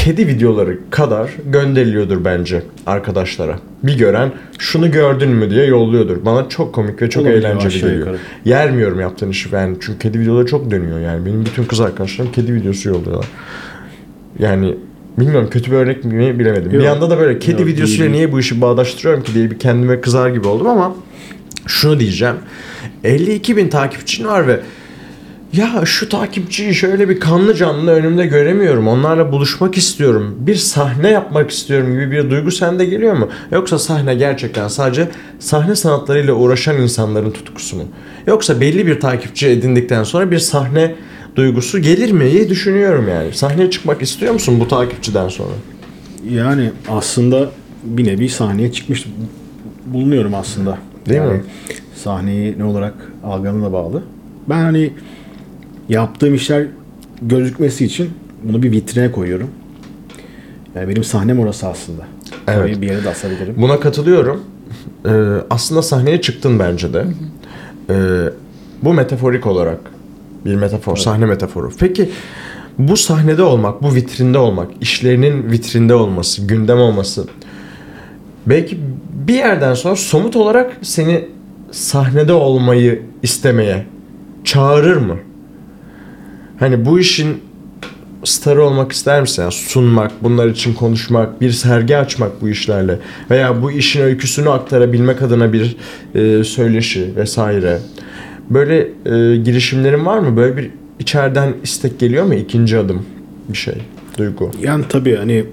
[SPEAKER 1] kedi videoları kadar gönderiliyordur bence arkadaşlara. Bir gören şunu gördün mü diye yolluyordur. Bana çok komik ve çok
[SPEAKER 4] Olabilir,
[SPEAKER 1] eğlenceli
[SPEAKER 4] aşağı
[SPEAKER 1] geliyor.
[SPEAKER 4] yukarı.
[SPEAKER 1] Yermiyorum yaptığın işi ben. Çünkü kedi videoları çok dönüyor yani. Benim bütün kız arkadaşlarım kedi videosu yolluyorlar. Yani bilmiyorum, kötü bir örnek mi bilemedim.
[SPEAKER 4] Yok.
[SPEAKER 1] Bir yanda da böyle kedi
[SPEAKER 4] Yok,
[SPEAKER 1] videosuyla
[SPEAKER 4] değil.
[SPEAKER 1] niye bu işi bağdaştırıyorum ki diye bir kendime kızar gibi oldum ama şunu diyeceğim. 52 bin takipçin var ve ya şu takipçiyi şöyle bir kanlı canlı önümde göremiyorum. Onlarla buluşmak istiyorum. Bir sahne yapmak istiyorum gibi bir duygu sende geliyor mu? Yoksa sahne gerçekten sadece sahne sanatlarıyla uğraşan insanların tutkusu mu? Yoksa belli bir takipçi edindikten sonra bir sahne duygusu gelir mi diye düşünüyorum yani. Sahneye çıkmak istiyor musun bu takipçiden sonra?
[SPEAKER 4] Yani aslında bir nevi sahneye çıkmış bulunuyorum aslında.
[SPEAKER 1] Değil
[SPEAKER 4] yani
[SPEAKER 1] mi?
[SPEAKER 4] Sahneyi ne olarak algıladığına bağlı. Ben hani yaptığım işler gözükmesi için bunu bir vitrine koyuyorum. Yani benim sahnem orası aslında.
[SPEAKER 1] Evet.
[SPEAKER 4] Tabii bir yere de asabilirim.
[SPEAKER 1] Buna katılıyorum. Aslında sahneye çıktın bence de. Bu metaforik olarak bir metafor, sahne metaforu. Peki bu sahnede olmak, bu vitrinde olmak, işlerinin vitrinde olması, gündem olması belki bir yerden sonra somut olarak seni sahnede olmayı istemeye çağırır mı? Hani bu işin starı olmak ister misin? Yani sunmak, bunlar için konuşmak, bir sergi açmak bu işlerle veya bu işin öyküsünü aktarabilmek adına bir söyleşi vesaire. Böyle girişimlerin var mı? Böyle bir içeriden istek geliyor mu? İkinci adım bir şey, duygu.
[SPEAKER 4] Yani tabii hani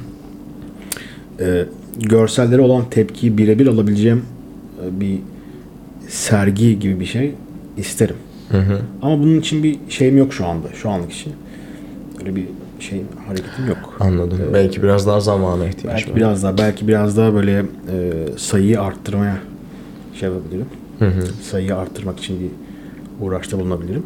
[SPEAKER 4] görsellere olan tepkiyi birebir alabileceğim bir sergi gibi bir şey isterim. Ama bunun için bir şeyim yok şu anda. Şu anlık için. Öyle bir hareketim yok.
[SPEAKER 1] Anladım. Belki biraz daha zamana ihtiyaç var.
[SPEAKER 4] Belki biraz daha böyle sayıyı arttırmaya yapabilirim. Sayıyı arttırmak için bir uğraşta bulunabilirim.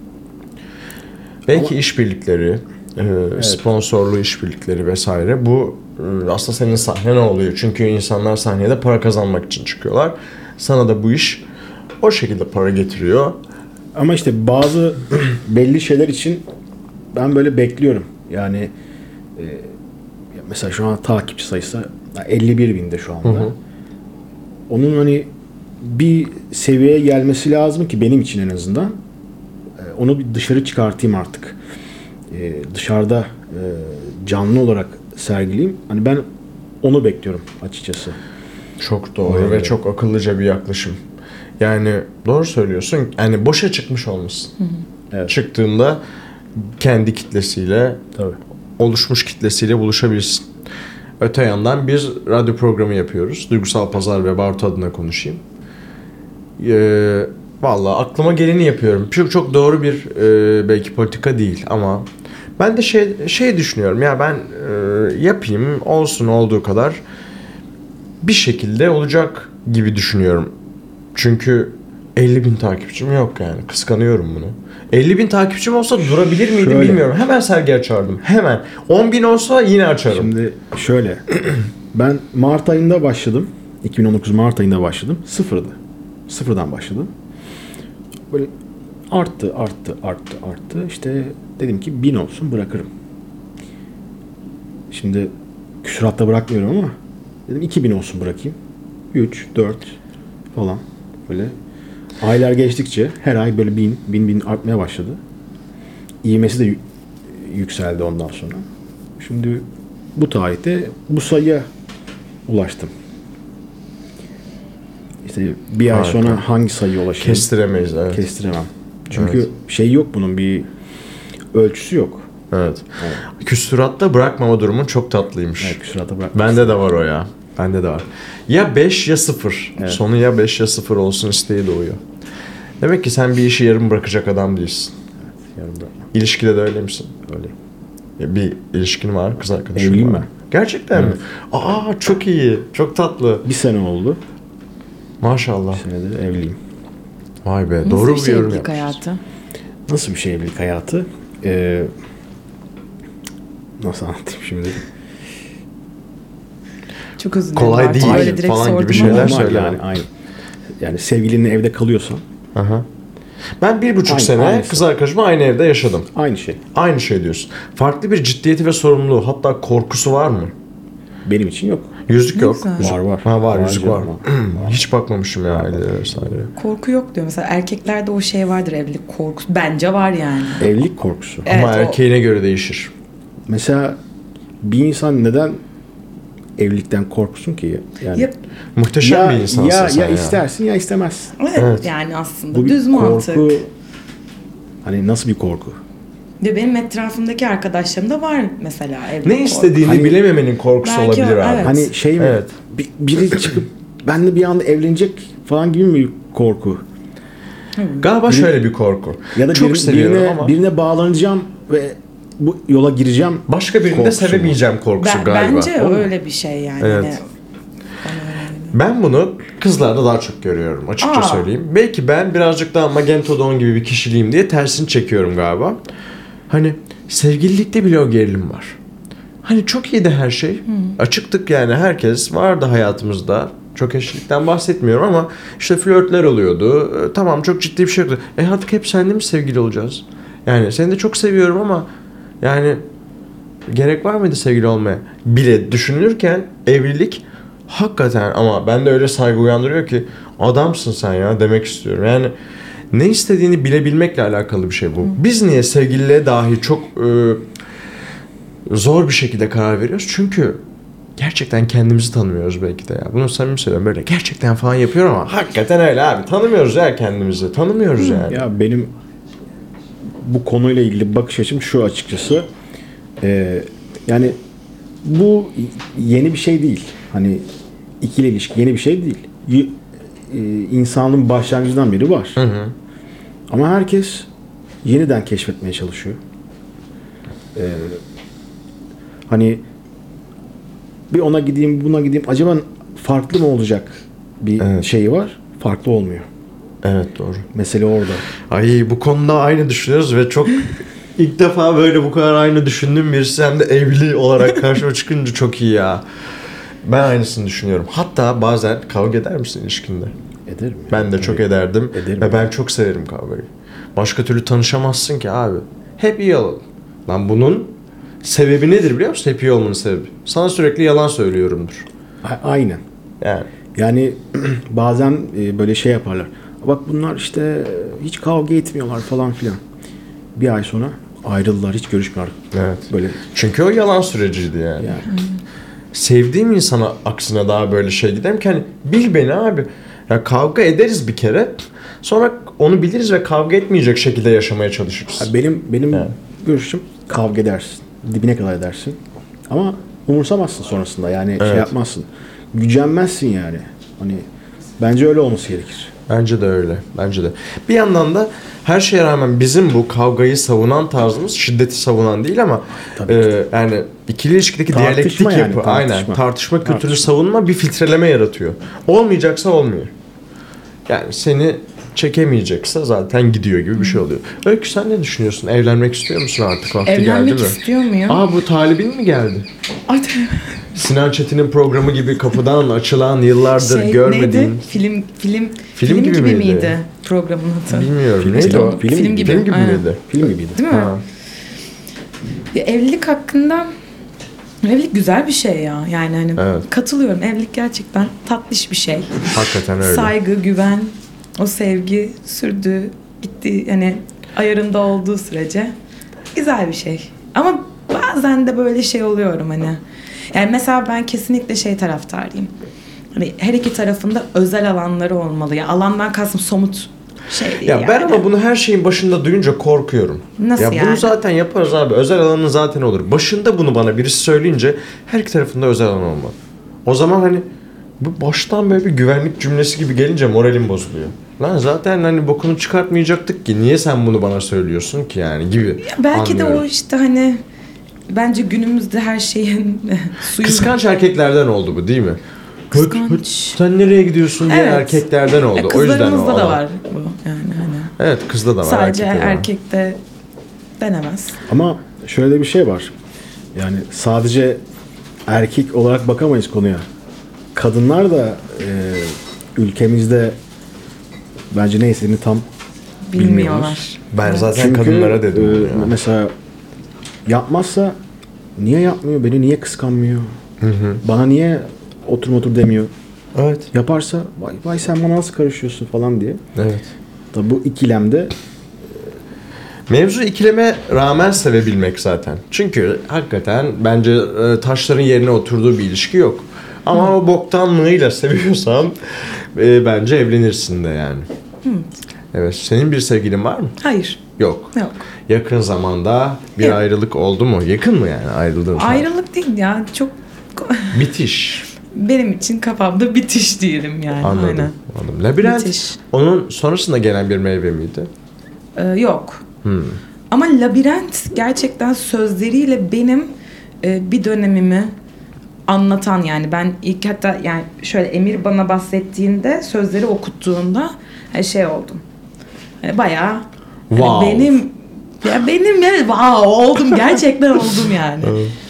[SPEAKER 1] Belki işbirlikleri, sponsorlu işbirlikleri vesaire. Bu aslında senin sahnen oluyor. Çünkü insanlar sahneye de para kazanmak için çıkıyorlar. Sana da bu iş o şekilde para getiriyor.
[SPEAKER 4] Ama işte bazı belli şeyler için ben böyle bekliyorum. Yani mesela şu an takipçi sayısı 51 binde şu anda. Onun hani bir seviyeye gelmesi lazım ki benim için en azından. Onu bir dışarı çıkartayım artık. Dışarıda canlı olarak sergileyim. Hani ben onu bekliyorum açıkçası.
[SPEAKER 1] Çok doğru ve çok akıllıca bir yaklaşım. Yani doğru söylüyorsun. Yani boşa çıkmış olmuşsun.
[SPEAKER 4] Evet.
[SPEAKER 1] Çıktığında kendi kitlesiyle,
[SPEAKER 4] Tabii.
[SPEAKER 1] oluşmuş kitlesiyle buluşabilirsin. Öte yandan bir radyo programı yapıyoruz. Duygusal Pazar ve Bartu adına konuşayım. Vallahi aklıma geleni yapıyorum. Çok doğru bir belki politika değil ama ben de şey düşünüyorum ya, ben yapayım, olsun olduğu kadar bir şekilde olacak gibi düşünüyorum. Çünkü 50 bin takipçim yok yani. Kıskanıyorum bunu. 50 bin takipçim olsa durabilir miydim
[SPEAKER 4] Şöyle.
[SPEAKER 1] bilmiyorum. Hemen sergi açardım. Hemen. 10 bin olsa yine açarım.
[SPEAKER 4] Şimdi şöyle. Ben Mart ayında başladım. 2019 Mart ayında başladım. Sıfırdı. Sıfırdan başladım. Böyle arttı. İşte dedim ki 1000 olsun bırakırım. Şimdi küsuratta bırakmıyorum ama dedim 2000 olsun bırakayım. 3, 4 falan böyle. Aylar geçtikçe her ay böyle 1000 artmaya başladı. İğmesi de yükseldi ondan sonra. Şimdi bu tarihte bu sayıya ulaştım. İşte bir ay
[SPEAKER 1] Harika.
[SPEAKER 4] sonra hangi sayıya ulaşayım?
[SPEAKER 1] Kestiremeyiz, evet.
[SPEAKER 4] Kestiremem. Çünkü
[SPEAKER 1] Evet.
[SPEAKER 4] şey yok, bunun bir ölçüsü yok.
[SPEAKER 1] Evet. Küsuratta bırakmama durumun çok tatlıymış.
[SPEAKER 4] Evet, küsurata bırak.
[SPEAKER 1] Bende de var o ya. Bende de var. Ya 5 ya 0.
[SPEAKER 4] Evet.
[SPEAKER 1] Sonu ya 5 ya 0 olsun isteği doğuyor. Demek ki sen bir işi yarım bırakacak adam değilsin.
[SPEAKER 4] Yarın bırakmam.
[SPEAKER 1] İlişkide de öyle misin?
[SPEAKER 4] Öyle.
[SPEAKER 1] Ya bir ilişkin var, kız arkadaşın
[SPEAKER 4] Evliyim
[SPEAKER 1] var.
[SPEAKER 4] ben.
[SPEAKER 1] Gerçekten mi?
[SPEAKER 4] Evet.
[SPEAKER 1] Aa, çok iyi. Çok tatlı.
[SPEAKER 4] Bir sene oldu.
[SPEAKER 1] Maşallah.
[SPEAKER 4] Bir senedir evliyim.
[SPEAKER 1] Vay be.
[SPEAKER 3] Nasıl
[SPEAKER 1] Doğru
[SPEAKER 3] bir
[SPEAKER 1] bir
[SPEAKER 3] şey
[SPEAKER 1] yorum
[SPEAKER 3] evlilik
[SPEAKER 1] yapmışsın.
[SPEAKER 3] hayatı?
[SPEAKER 4] Nasıl bir şey evlilik hayatı? Nasıl anlatayım şimdi?
[SPEAKER 3] Çok özür dilerim.
[SPEAKER 1] Kolay
[SPEAKER 3] Artık
[SPEAKER 1] değil
[SPEAKER 3] böyle direkt
[SPEAKER 1] falan gibi
[SPEAKER 3] sordum
[SPEAKER 1] şeyler
[SPEAKER 3] ama.
[SPEAKER 4] Normal
[SPEAKER 1] söyle.
[SPEAKER 4] yani aynı. Yani sevgilinle evde kalıyorsan
[SPEAKER 1] Aha. Ben 1,5
[SPEAKER 4] Aynı-
[SPEAKER 1] sene
[SPEAKER 4] aynısı.
[SPEAKER 1] kız arkadaşımla aynı evde yaşadım.
[SPEAKER 4] Aynı şey.
[SPEAKER 1] Aynı şey diyorsun. Farklı bir ciddiyeti ve sorumluluğu, hatta korkusu var mı?
[SPEAKER 4] Benim için yok.
[SPEAKER 1] Yüzük
[SPEAKER 3] Ne
[SPEAKER 1] yok.
[SPEAKER 3] güzel.
[SPEAKER 1] Yüzük.
[SPEAKER 4] Var, var.
[SPEAKER 1] Ha var,
[SPEAKER 4] Var
[SPEAKER 1] yüzük
[SPEAKER 4] canım,
[SPEAKER 1] var.
[SPEAKER 4] var.
[SPEAKER 1] Hiç bakmamışım ya ailelere vesaire.
[SPEAKER 3] Korku yok diyor. Mesela erkeklerde o şey vardır, evlilik korkusu. Bence var yani.
[SPEAKER 4] Evlilik korkusu.
[SPEAKER 3] Evet,
[SPEAKER 1] Ama
[SPEAKER 3] o-
[SPEAKER 1] erkeğine göre değişir.
[SPEAKER 4] Mesela bir insan neden evlilikten korksun ki? Yani
[SPEAKER 3] Ya,
[SPEAKER 1] Muhteşem bir insansın
[SPEAKER 4] ya,
[SPEAKER 1] sen
[SPEAKER 4] ya
[SPEAKER 1] ya.
[SPEAKER 4] istersin ya istemezsin.
[SPEAKER 3] evet,
[SPEAKER 1] Evet.
[SPEAKER 3] yani aslında
[SPEAKER 4] Bu bir
[SPEAKER 3] düz mantık.
[SPEAKER 4] korku. Hani nasıl bir korku?
[SPEAKER 3] Ve benim etrafımdaki arkadaşlarım da var mesela evlilik
[SPEAKER 1] Ne istediğini
[SPEAKER 4] Hani-
[SPEAKER 1] bilememenin korkusu
[SPEAKER 3] Belki
[SPEAKER 1] olabilir
[SPEAKER 3] o-
[SPEAKER 1] abi.
[SPEAKER 3] evet.
[SPEAKER 4] Hani şey mi?
[SPEAKER 1] Evet.
[SPEAKER 4] Biri çıkıp benimle bir anda evlenecek falan gibi mi bir korku?
[SPEAKER 1] Galiba şöyle bir korku.
[SPEAKER 4] Ya da
[SPEAKER 1] Çok seviyorum ama
[SPEAKER 4] birine bağlanacağım ve bu yola gireceğim.
[SPEAKER 1] başka birini de
[SPEAKER 4] korkusu mu?
[SPEAKER 1] sevemeyeceğim korkusu galiba.
[SPEAKER 3] Bence
[SPEAKER 4] Değil mi?
[SPEAKER 3] öyle bir şey yani.
[SPEAKER 1] Evet.
[SPEAKER 3] Hani
[SPEAKER 1] Ben bunu kızlarda daha çok görüyorum açıkça
[SPEAKER 3] Aa.
[SPEAKER 1] söyleyeyim. Belki ben birazcık daha Magento Don gibi bir kişiliğim diye tersini çekiyorum galiba. Hani sevgililikte bile o gerilim var. Hani çok iyiydi her şey. Açıktık yani, herkes vardı hayatımızda. Çok eşlikten bahsetmiyorum ama işte flörtler oluyordu. Tamam, çok ciddi bir şey yoktu. Artık hep seninle mi sevgili olacağız? Yani seni de çok seviyorum ama yani gerek var mıydı sevgili olmaya? Bile düşünülürken evlilik hakikaten, ama bende öyle saygı uyandırıyor ki adamsın sen ya demek istiyorum. Yani ne istediğini bilebilmekle alakalı bir şey bu. Biz niye sevgililiğe dahi çok zor bir şekilde karar veriyoruz? Çünkü gerçekten kendimizi tanımıyoruz belki de ya. Bunu samimi söylüyorum, böyle gerçekten falan yapıyor ama hakikaten öyle abi. Tanımıyoruz ya kendimizi. Tanımıyoruz yani.
[SPEAKER 4] Ya benim bu konuyla ilgili bakış açım şu açıkçası. Yani bu yeni bir şey değil. Hani ikili ilişki yeni bir şey değil. İnsanlığın başlangıcından beri var. Ama herkes yeniden keşfetmeye çalışıyor. Hani bir ona gideyim, buna gideyim. Acaba farklı mı olacak bir şey var? Farklı olmuyor.
[SPEAKER 1] Evet, doğru.
[SPEAKER 4] Mesele orada.
[SPEAKER 1] Ay, bu konuda aynı düşünüyoruz ve çok ilk defa böyle bu kadar aynı düşündüğüm birisi hem de evli olarak karşıma çıkınca çok iyi ya. Ben aynısını düşünüyorum. Hatta bazen kavga eder misin ilişkinde?
[SPEAKER 4] Ederim.
[SPEAKER 1] Ben de çok ederdim.
[SPEAKER 4] Ederim.
[SPEAKER 1] Ve ben çok severim kavgayı. Başka türlü tanışamazsın ki abi. Hep iyi olalım. Lan bunun sebebi nedir biliyor musun? Hep iyi olmanın sebebi. Sana sürekli yalan söylüyorumdur.
[SPEAKER 4] Aynen.
[SPEAKER 1] Yani.
[SPEAKER 4] Yani bazen böyle şey yaparlar. Bak bunlar işte hiç kavga etmiyorlar falan filan. Bir ay sonra ayrıldılar, hiç görüşmüyorlar.
[SPEAKER 1] Evet.
[SPEAKER 4] Böyle
[SPEAKER 1] Çünkü o yalan süreciydi yani. Sevdiğim insana aksine daha böyle şey giderim ki hani bil beni abi. Ya kavga ederiz bir kere. Sonra onu biliriz ve kavga etmeyecek şekilde yaşamaya çalışırız.
[SPEAKER 4] benim
[SPEAKER 1] Yani.
[SPEAKER 4] görüşüm kavga edersin. Dibine kadar edersin. Ama umursamazsın sonrasında. Yani şey
[SPEAKER 1] Evet.
[SPEAKER 4] yapmazsın. Gücenmezsin yani. Hani bence öyle olması gerekir.
[SPEAKER 1] Bence de öyle. Bence de. Bir yandan da her şeye rağmen bizim bu kavgayı savunan tarzımız şiddeti savunan değil ama yani ikili ilişkideki
[SPEAKER 4] Tartışma
[SPEAKER 1] diyalektik
[SPEAKER 4] yani,
[SPEAKER 1] yapı,
[SPEAKER 4] tartışma.
[SPEAKER 1] aynen tartışma kültürünü
[SPEAKER 4] Tartışma.
[SPEAKER 1] savunma bir filtreleme yaratıyor. Olmayacaksa olmuyor. Yani seni çekemeyecekse zaten gidiyor gibi bir şey oluyor. Öykü, sen ne düşünüyorsun? Evlenmek istiyor musun artık? Vakti
[SPEAKER 3] evlenmek
[SPEAKER 1] geldi mi?
[SPEAKER 3] istiyor muyum?
[SPEAKER 1] Bu talibin mi geldi?
[SPEAKER 3] Ay,
[SPEAKER 1] Sinan Çetin'in programı gibi kapıdan açılan, yıllardır görmediğin...
[SPEAKER 3] neydi? Film
[SPEAKER 1] gibi
[SPEAKER 3] gibi
[SPEAKER 1] miydi?
[SPEAKER 3] miydi programın adı?
[SPEAKER 1] Bilmiyorum.
[SPEAKER 4] Film
[SPEAKER 1] Neydi
[SPEAKER 4] gibi.
[SPEAKER 1] o?
[SPEAKER 3] Film gibi.
[SPEAKER 1] Film gibi
[SPEAKER 3] Aynen.
[SPEAKER 1] miydi?
[SPEAKER 4] Film gibiydi.
[SPEAKER 3] Değil mi?
[SPEAKER 1] Ha.
[SPEAKER 3] Ya, evlilik hakkında, evlilik güzel bir şey ya. Yani hani
[SPEAKER 1] Evet.
[SPEAKER 3] katılıyorum. Evlilik gerçekten tatlış bir şey.
[SPEAKER 1] Hakikaten öyle.
[SPEAKER 3] Saygı, güven, o sevgi sürdüğü, gittiği, hani ayarında olduğu sürece güzel bir şey. Ama bazen de böyle şey oluyorum hani. Yani mesela ben kesinlikle şey taraftarıyım. Hani her iki tarafında özel alanları olmalı. Ya alandan kastım somut şey değil
[SPEAKER 1] Ya
[SPEAKER 3] yani.
[SPEAKER 1] ben ama bunu her şeyin başında duyunca korkuyorum.
[SPEAKER 3] Nasıl
[SPEAKER 1] ya bunu
[SPEAKER 3] yani?
[SPEAKER 1] zaten yaparız abi. Özel alanın zaten olur. Başında bunu bana birisi söyleyince her iki tarafında özel alan olmalı. O zaman hani bu baştan böyle bir güvenlik cümlesi gibi gelince moralim bozuluyor. Lan zaten hani bokunu çıkartmayacaktık ki. Niye sen bunu bana söylüyorsun ki yani gibi.
[SPEAKER 3] Ya belki de
[SPEAKER 1] anlıyorum.
[SPEAKER 3] o işte hani bence günümüzde her şeyin suyu...
[SPEAKER 1] Kıskanç erkeklerden oldu bu değil mi?
[SPEAKER 3] Kıskanç.
[SPEAKER 1] Sen nereye gidiyorsun diye
[SPEAKER 3] Evet.
[SPEAKER 1] erkeklerden oldu. O yüzden
[SPEAKER 3] Kızlarımızda
[SPEAKER 1] o
[SPEAKER 3] da
[SPEAKER 1] olan.
[SPEAKER 3] var bu yani hani.
[SPEAKER 1] Evet, kızda da var.
[SPEAKER 3] Sadece
[SPEAKER 1] erkekte de var.
[SPEAKER 3] erkekte denemez.
[SPEAKER 4] Ama şöyle bir şey var. Yani sadece erkek olarak bakamayız konuya. Kadınlar da ülkemizde bence ne istediğini tam
[SPEAKER 3] bilmiyorlar.
[SPEAKER 1] Ben zaten
[SPEAKER 4] Çünkü
[SPEAKER 1] kadınlara dedim. bunu ya.
[SPEAKER 4] mesela yapmazsa niye yapmıyor? Beni niye kıskanmıyor? Bana niye otur demiyor?
[SPEAKER 1] Evet.
[SPEAKER 4] Yaparsa vay sen bana nasıl karışıyorsun falan diye.
[SPEAKER 1] Evet.
[SPEAKER 4] Tabii bu ikilemde
[SPEAKER 1] Mevzu ikileme rağmen sevebilmek zaten. Çünkü hakikaten bence taşların yerine oturduğu bir ilişki yok. Ama o boktanlığıyla seviyorsan bence evlenirsin de yani. Evet. Senin bir sevgilin var mı?
[SPEAKER 3] Hayır.
[SPEAKER 1] Yok.
[SPEAKER 3] Yok.
[SPEAKER 1] Yakın zamanda bir
[SPEAKER 3] Yok.
[SPEAKER 1] ayrılık oldu mu? Yakın mı yani ayrıldığın tarih?
[SPEAKER 3] Ayrılık değil ya. Çok
[SPEAKER 1] Bitiş.
[SPEAKER 3] benim için kafamda bitiş diyelim yani.
[SPEAKER 1] Anladım.
[SPEAKER 3] Aynen.
[SPEAKER 1] Anladım. Labirent
[SPEAKER 3] Bitiş.
[SPEAKER 1] onun sonrasında gelen bir meyve miydi?
[SPEAKER 3] Yok. Ama Labirent gerçekten sözleriyle benim bir dönemimi anlatan, yani ben ilk hatta yani şöyle Emir bana bahsettiğinde, sözleri okuttuğunda şey oldum. Bayağı
[SPEAKER 1] Wow.
[SPEAKER 3] benim yani wow oldum, gerçekten oldum yani.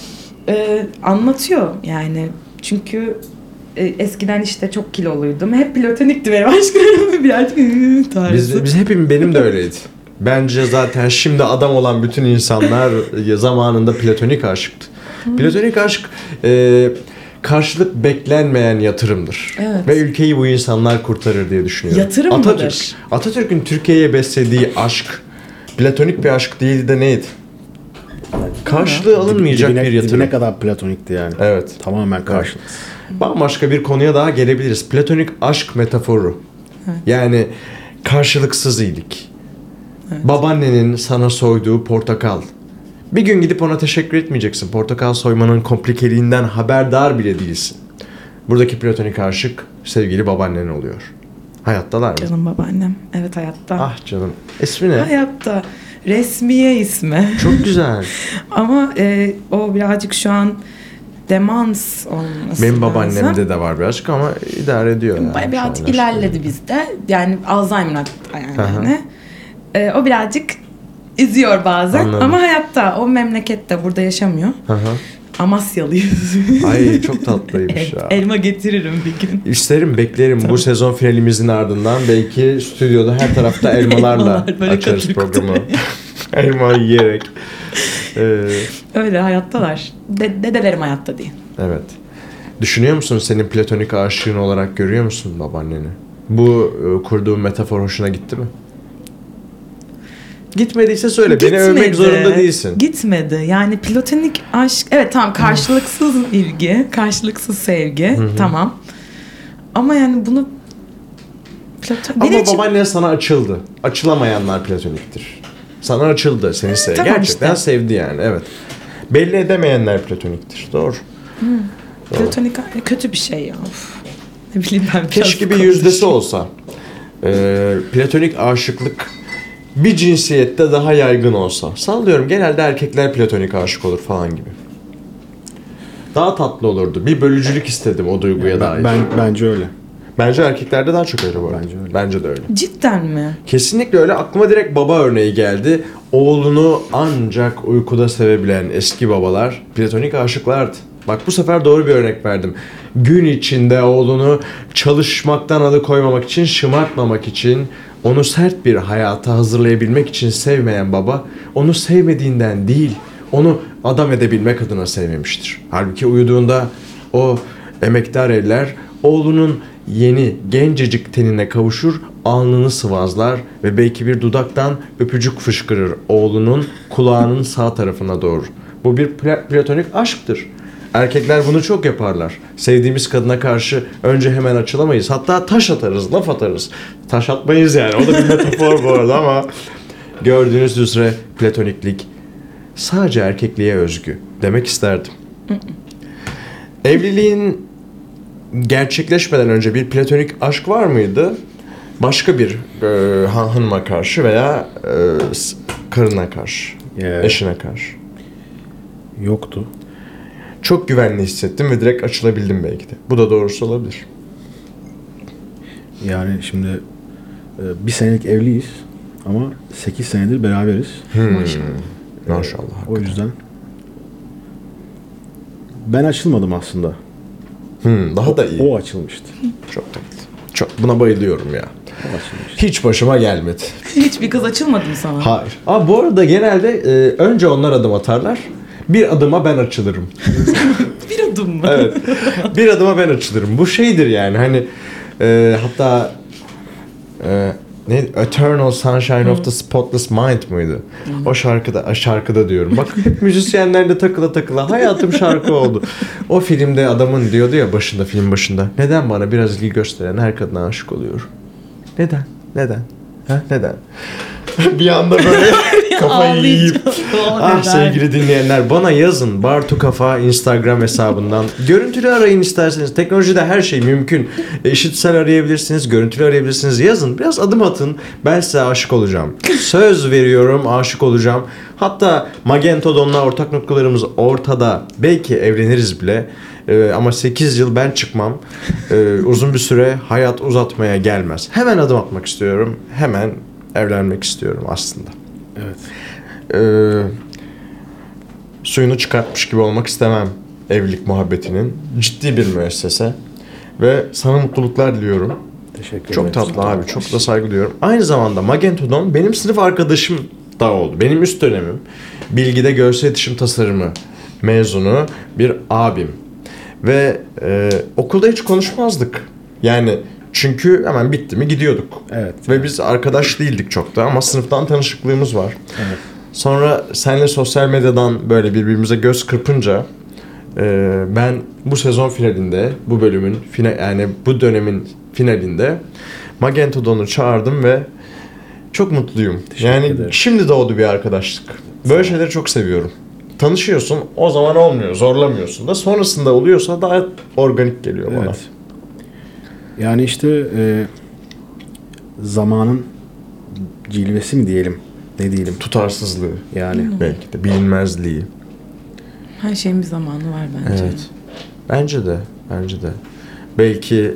[SPEAKER 3] Anlatıyor yani. Çünkü eskiden işte çok kiloluydum. Hep platonikti benim aşklarım. Birazcık tarzı.
[SPEAKER 1] Biz hepimiz, benim de öyleydi. Bence zaten şimdi adam olan bütün insanlar zamanında platonik aşıktı. Platonik aşk karşılık beklenmeyen yatırımdır.
[SPEAKER 3] Evet.
[SPEAKER 1] Ve ülkeyi bu insanlar kurtarır diye düşünüyorum.
[SPEAKER 3] Yatırım mıdır?
[SPEAKER 1] Atatürk'ün Türkiye'ye beslediği aşk platonik bir aşk değildi de neydi? Karşılığı alınmayacak bir yatırım.
[SPEAKER 4] dibine kadar platonikti yani.
[SPEAKER 1] Evet.
[SPEAKER 4] Tamamen karşılık.
[SPEAKER 1] Bambaşka bir konuya daha gelebiliriz. Platonik aşk metaforu. Yani karşılıksız iyilik. Babaannenin sana soyduğu portakal. Bir gün gidip ona teşekkür etmeyeceksin. Portakal soymanın komplikeliğinden haberdar bile değilsin. Buradaki platonik aşık sevgili babaannen oluyor. Hayattalar mı?
[SPEAKER 3] Canım babaannem. Evet, hayatta.
[SPEAKER 1] Ah canım. İsmi ne?
[SPEAKER 3] Hayatta. Resmiye ismi.
[SPEAKER 1] Çok güzel.
[SPEAKER 3] Ama o birazcık şu an demans olması
[SPEAKER 1] Benim
[SPEAKER 3] lazım.
[SPEAKER 1] babaannemde de var birazcık ama idare ediyor. Yani
[SPEAKER 3] Birazcık
[SPEAKER 1] şu an
[SPEAKER 3] ilerledi bizde. Yani Alzheimer hatta
[SPEAKER 1] Aha.
[SPEAKER 3] yani. O birazcık üzüyor bazen.
[SPEAKER 1] Anladım.
[SPEAKER 3] Ama hayatta. O memlekette, burada yaşamıyor.
[SPEAKER 1] Hı hı.
[SPEAKER 3] Amasyalıyız.
[SPEAKER 1] Ay çok tatlıymış ya.
[SPEAKER 3] Elma getiririm bir gün.
[SPEAKER 1] İsterim, beklerim. Bu sezon finalimizin ardından belki stüdyoda her tarafta elmalarla
[SPEAKER 3] Elmalar böyle
[SPEAKER 1] açarız
[SPEAKER 3] katır katır.
[SPEAKER 1] programı. Elma yiyerek.
[SPEAKER 3] Öyle hayattalar. Dedelerim hayatta diye.
[SPEAKER 1] Evet. Düşünüyor musun, senin platonik aşığın olarak görüyor musun babaanneni? Bu kurduğum metafor hoşuna gitti mi? Gitmediyse söyle. Beni övmek zorunda değilsin.
[SPEAKER 3] Gitmedi. Yani platonik aşk, evet tamam, karşılıksız ilgi, karşılıksız sevgi, tamam. Ama yani bunu
[SPEAKER 1] Ama babaannen sana açıldı. Açılamayanlar platoniktir. Sana açıldı, seni sevdi.
[SPEAKER 3] Tamam
[SPEAKER 1] Gerçekten
[SPEAKER 3] işte.
[SPEAKER 1] sevdi yani, evet. Belli edemeyenler platoniktir. Doğru.
[SPEAKER 3] platonik kötü bir şey ya. Of. Ne bileyim ben.
[SPEAKER 1] Keşke bir yüzdesi olsa. Platonik aşıklık bir cinsiyette daha yaygın olsa. Sallıyorum, genelde erkekler platonik aşık olur falan gibi. Daha tatlı olurdu. Bir bölücülük istedim o duyguya dair.
[SPEAKER 4] Bence öyle.
[SPEAKER 1] Bence erkeklerde daha çok öyle bu arada.
[SPEAKER 4] Bence öyle.
[SPEAKER 1] Bence de öyle.
[SPEAKER 3] Cidden mi?
[SPEAKER 1] Kesinlikle öyle. Aklıma direkt baba örneği geldi. Oğlunu ancak uykuda sevebilen eski babalar platonik aşıklardı. Bak, bu sefer doğru bir örnek verdim. Gün içinde oğlunu çalışmaktan alıkoymamak için, şımartmamak için, onu sert bir hayata hazırlayabilmek için sevmeyen baba, onu sevmediğinden değil, onu adam edebilmek adına sevmemiştir. Halbuki uyuduğunda o emektar eller oğlunun yeni gencecik tenine kavuşur, alnını sıvazlar ve belki bir dudaktan öpücük fışkırır oğlunun kulağının sağ tarafına doğru. Bu bir platonik aşktır. Erkekler bunu çok yaparlar. Sevdiğimiz kadına karşı önce hemen açılamayız. Hatta taş atarız, laf atarız. Taş atmayız yani. O da bir metafor bu arada ama gördüğünüz üzere platoniklik sadece erkekliğe özgü demek isterdim. Evliliğin gerçekleşmeden önce bir platonik aşk var mıydı? Başka bir hanıma karşı veya karına karşı, eşine karşı.
[SPEAKER 4] Yoktu.
[SPEAKER 1] Çok güvenli hissettim ve direkt açılabildim belki de. Bu da doğrusu olabilir.
[SPEAKER 4] Yani şimdi bir senelik evliyiz ama 8 senedir beraberiz.
[SPEAKER 1] Maşallah.
[SPEAKER 4] O yüzden ben açılmadım aslında.
[SPEAKER 1] Daha da iyi.
[SPEAKER 4] O açılmıştı.
[SPEAKER 1] Çok tatlı. Çok, buna bayılıyorum ya. Hiç başıma gelmedi.
[SPEAKER 3] Hiçbir kız açılmadı mı sana?
[SPEAKER 1] Hayır. Ama bu arada genelde önce onlar adım atarlar. Bir adıma ben açılırım.
[SPEAKER 3] Bir adım mı?
[SPEAKER 1] Evet. Bir adıma ben açılırım. Bu şeydir yani hani hatta ne Eternal Sunshine of the Spotless Mind mıydı? O şarkıda diyorum. Bak hep müzisyenlerle takıla hayatım şarkı oldu. O filmde adamın diyordu ya film başında. Neden bana biraz ilgi gösteren her kadına aşık oluyor? Neden? Neden? Bir anda böyle kafayı yiyip sevgili dinleyenler bana yazın Bartu Kafa Instagram hesabından görüntülü arayın isterseniz, teknolojide her şey mümkün, eşitsel arayabilirsiniz, görüntülü arayabilirsiniz, yazın biraz adım atın, ben size aşık olacağım, söz veriyorum, aşık olacağım. Hatta Magento Don'la ortak noktalarımız ortada, belki evleniriz bile. Ama 8 yıl ben çıkmam. Uzun bir süre hayat uzatmaya gelmez. Hemen adım atmak istiyorum. Hemen evlenmek istiyorum aslında.
[SPEAKER 4] Evet.
[SPEAKER 1] Suyunu çıkartmış gibi olmak istemem evlilik muhabbetinin. Ciddi bir müessese. Ve sana mutluluklar diliyorum.
[SPEAKER 4] Teşekkür ederim.
[SPEAKER 1] Çok tatlı abi. Çok da saygı duyuyorum. Aynı zamanda Magento Don benim sınıf arkadaşım da oldu. Benim üst dönemim. Bilgi'de görsel iletişim tasarımı mezunu bir abim. Ve okulda hiç konuşmazdık. Yani çünkü hemen bitti mi gidiyorduk.
[SPEAKER 4] Evet.
[SPEAKER 1] Ve biz arkadaş değildik çok da ama sınıftan tanışıklığımız var.
[SPEAKER 4] Evet.
[SPEAKER 1] Sonra seninle sosyal medyadan böyle birbirimize göz kırpınca ben bu sezon finalinde, bu bölümün yani bu dönemin finalinde Magento Don'u çağırdım ve çok mutluyum. Yani
[SPEAKER 4] ederim.
[SPEAKER 1] şimdi doğdu bir arkadaşlık. Böyle şeyleri çok seviyorum. Tanışıyorsun, o zaman olmuyor, zorlamıyorsun da sonrasında oluyorsa daha organik geliyor bana.
[SPEAKER 4] Evet. Yani işte zamanın cilvesi mi diyelim, ne diyelim,
[SPEAKER 1] Tutarsızlığı
[SPEAKER 4] yani.
[SPEAKER 1] belki de bilinmezliği.
[SPEAKER 3] Her şeyin bir zamanı var bence.
[SPEAKER 1] Evet. Bence de. Belki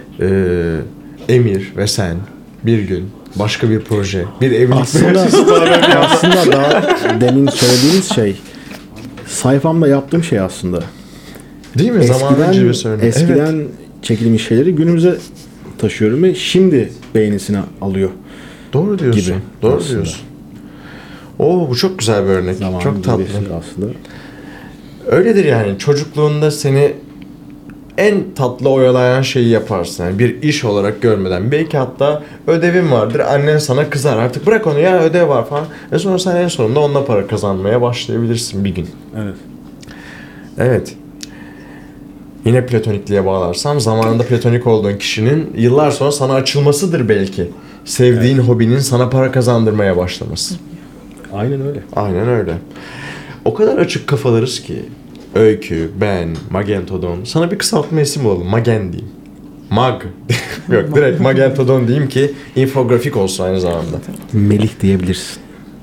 [SPEAKER 1] Emir ve sen bir gün başka bir proje, bir evlilik
[SPEAKER 4] Aslında daha demin söylediğiniz şey sayfamda yaptığım şey aslında.
[SPEAKER 1] Değil mi? Zamanın cilvesi örneği.
[SPEAKER 4] Eskiden
[SPEAKER 1] Evet.
[SPEAKER 4] çekilmiş şeyleri günümüze taşıyorum ve şimdi beğenisini alıyor.
[SPEAKER 1] Doğru diyorsun.
[SPEAKER 4] Gibi
[SPEAKER 1] Doğru
[SPEAKER 4] aslında.
[SPEAKER 1] diyorsun. Bu çok güzel bir örnek.
[SPEAKER 4] Zamanın
[SPEAKER 1] çok tatlı.
[SPEAKER 4] cilvesi aslında.
[SPEAKER 1] Öyledir yani. Çocukluğunda seni en tatlı oyalayan şeyi yaparsın. Yani bir iş olarak görmeden. Belki hatta ödevin vardır. Annen sana kızar. Artık bırak onu ya, ödev var falan. Ve sonra sen en sonunda onunla para kazanmaya başlayabilirsin bir gün.
[SPEAKER 4] Evet.
[SPEAKER 1] Evet. Yine platonikliğe bağlarsam zamanında platonik olduğun kişinin yıllar sonra sana açılmasıdır belki. Sevdiğin hobinin sana para kazandırmaya başlaması.
[SPEAKER 4] Aynen öyle.
[SPEAKER 1] Aynen öyle. O kadar açık kafalarız ki Öykü, ben, Magento Don. Sana bir kısaltma isim olalım. Magen diyeyim. Mag. Yok, direkt Magento Don diyeyim ki infografik olsun aynı zamanda.
[SPEAKER 4] Melih diyebilirsin.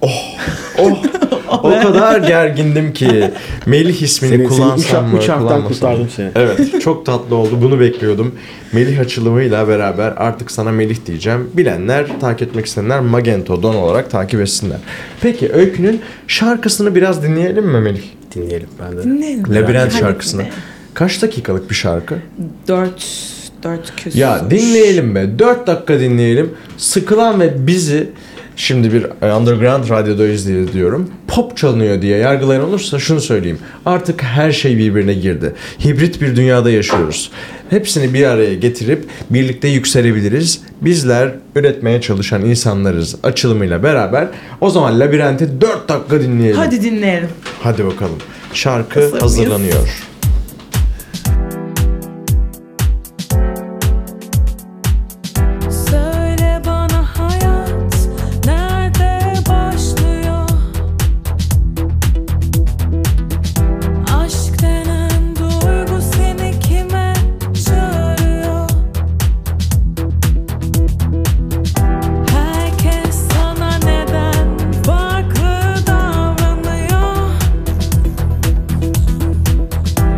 [SPEAKER 1] O kadar gergindim ki Melih ismini kullansam mı?
[SPEAKER 4] Üç harften
[SPEAKER 1] kullanmasam mı?
[SPEAKER 4] kurtardım seni.
[SPEAKER 1] Evet, çok tatlı oldu. Bunu bekliyordum. Melih açılımıyla beraber artık sana Melih diyeceğim. Bilenler, takip etmek isteyenler Magento Don olarak takip etsinler. Peki Öykü'nün şarkısını biraz dinleyelim mi Melih?
[SPEAKER 4] Dinleyelim ben de.
[SPEAKER 3] Dinleyelim.
[SPEAKER 1] Labirent
[SPEAKER 3] Hadi
[SPEAKER 1] şarkısını.
[SPEAKER 3] dinleyelim.
[SPEAKER 1] Kaç dakikalık bir şarkı?
[SPEAKER 3] 4 küsur.
[SPEAKER 1] Ya dinleyelim be. 4 dakika dinleyelim. Sıkılan ve bizi şimdi bir underground radyodayız diye diyorum. Pop çalınıyor diye yargılayan olursa şunu söyleyeyim. Artık her şey birbirine girdi. Hibrit bir dünyada yaşıyoruz. Hepsini bir araya getirip birlikte yükselebiliriz. Bizler üretmeye çalışan insanlarız açılımıyla beraber. O zaman Labirent'i 4 dakika dinleyelim.
[SPEAKER 3] Hadi dinleyelim.
[SPEAKER 1] Hadi bakalım. Şarkı
[SPEAKER 3] Hazır mıyız?
[SPEAKER 1] hazırlanıyor.
[SPEAKER 5] Söyle bana hayat nerede başlıyor? Aşk denen duygu seni kime çağırıyor? Herkes sana neden farklı davranıyor?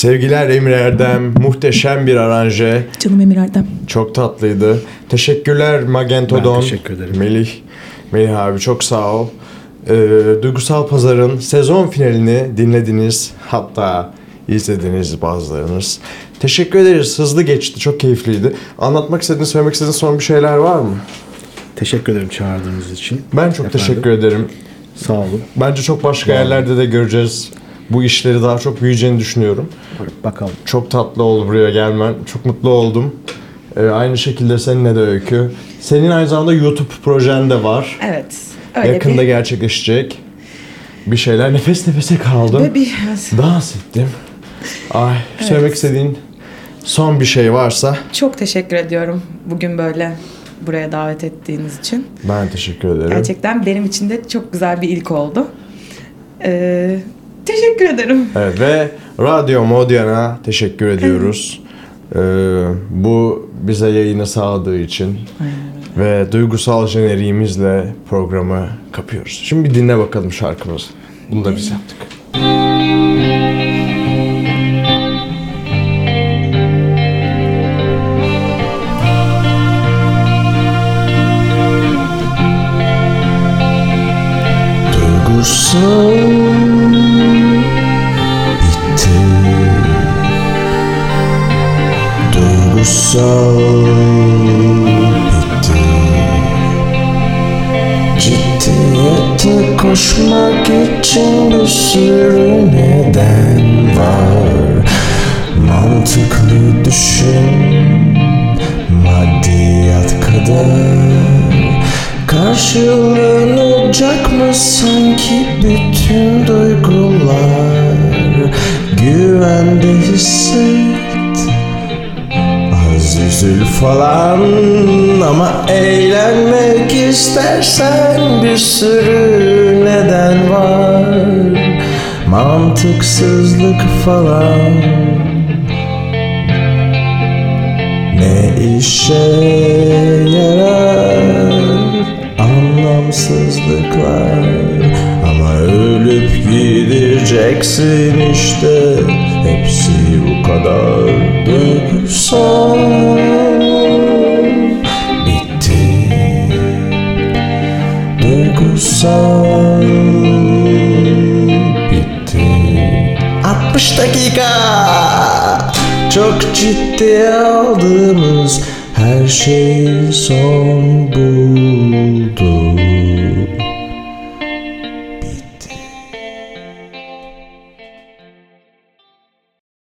[SPEAKER 1] Sevgiler Emir Erdem. Muhteşem bir aranje.
[SPEAKER 3] Canım Emir Erdem.
[SPEAKER 1] Çok tatlıydı. Teşekkürler Magentodon.
[SPEAKER 4] Ben teşekkür ederim.
[SPEAKER 1] Melih abi çok sağ ol. Duygusal Pazar'ın sezon finalini dinlediniz. Hatta izlediniz bazılarınız. Teşekkür ederiz. Hızlı geçti. Çok keyifliydi. Anlatmak istediğiniz, söylemek istediğiniz son bir şeyler var mı?
[SPEAKER 4] Teşekkür ederim çağırdığınız için.
[SPEAKER 1] Ben çok teşekkür ederim.
[SPEAKER 4] Sağ olun.
[SPEAKER 1] Bence çok başka yerlerde de göreceğiz. Bu işleri daha çok büyüyeceğini düşünüyorum.
[SPEAKER 4] Bakalım.
[SPEAKER 1] Çok tatlı oldu buraya gelmen. Çok mutlu oldum. Aynı şekilde seninle de Öykü. Senin aynı zamanda YouTube projen de var.
[SPEAKER 3] Evet. Öyle
[SPEAKER 1] Yakında gerçekleşecek. Bir şeyler nefes nefese kaldım.
[SPEAKER 3] Böyle bir...
[SPEAKER 1] Dans ettim. Ay, söylemek istediğin son bir şey varsa.
[SPEAKER 3] Çok teşekkür ediyorum bugün böyle buraya davet ettiğiniz için.
[SPEAKER 1] Ben teşekkür ederim.
[SPEAKER 3] Gerçekten benim için de çok güzel bir ilk oldu. Teşekkür ederim.
[SPEAKER 1] Evet ve Radyo Modyan'a teşekkür ediyoruz. Bu bize yayını sağladığı için. Ve duygusal jeneriğimizle programı kapıyoruz. Şimdi bir dinle bakalım şarkımızı. Bunu da biz yaptık.
[SPEAKER 2] Duygusal bitti. Duygusal bitti. Ciddiyete koşmak için bir sürü neden var. Mantıklı düşün, maddiyat kadar. Karşılanacak mı sanki bütün duygular? Güvende hisset, az üzül falan. Ama eğlenmek istersen bir sürü neden var. Mantıksızlık falan ne işe yarar? Anlamsızlıklar. Ama ölüp gideceksin işte. Hepsi bu kadar. Duygusal bitti. Duygusal bitti. 60 dakika. Çok ciddiye aldığımız her şey son buldu.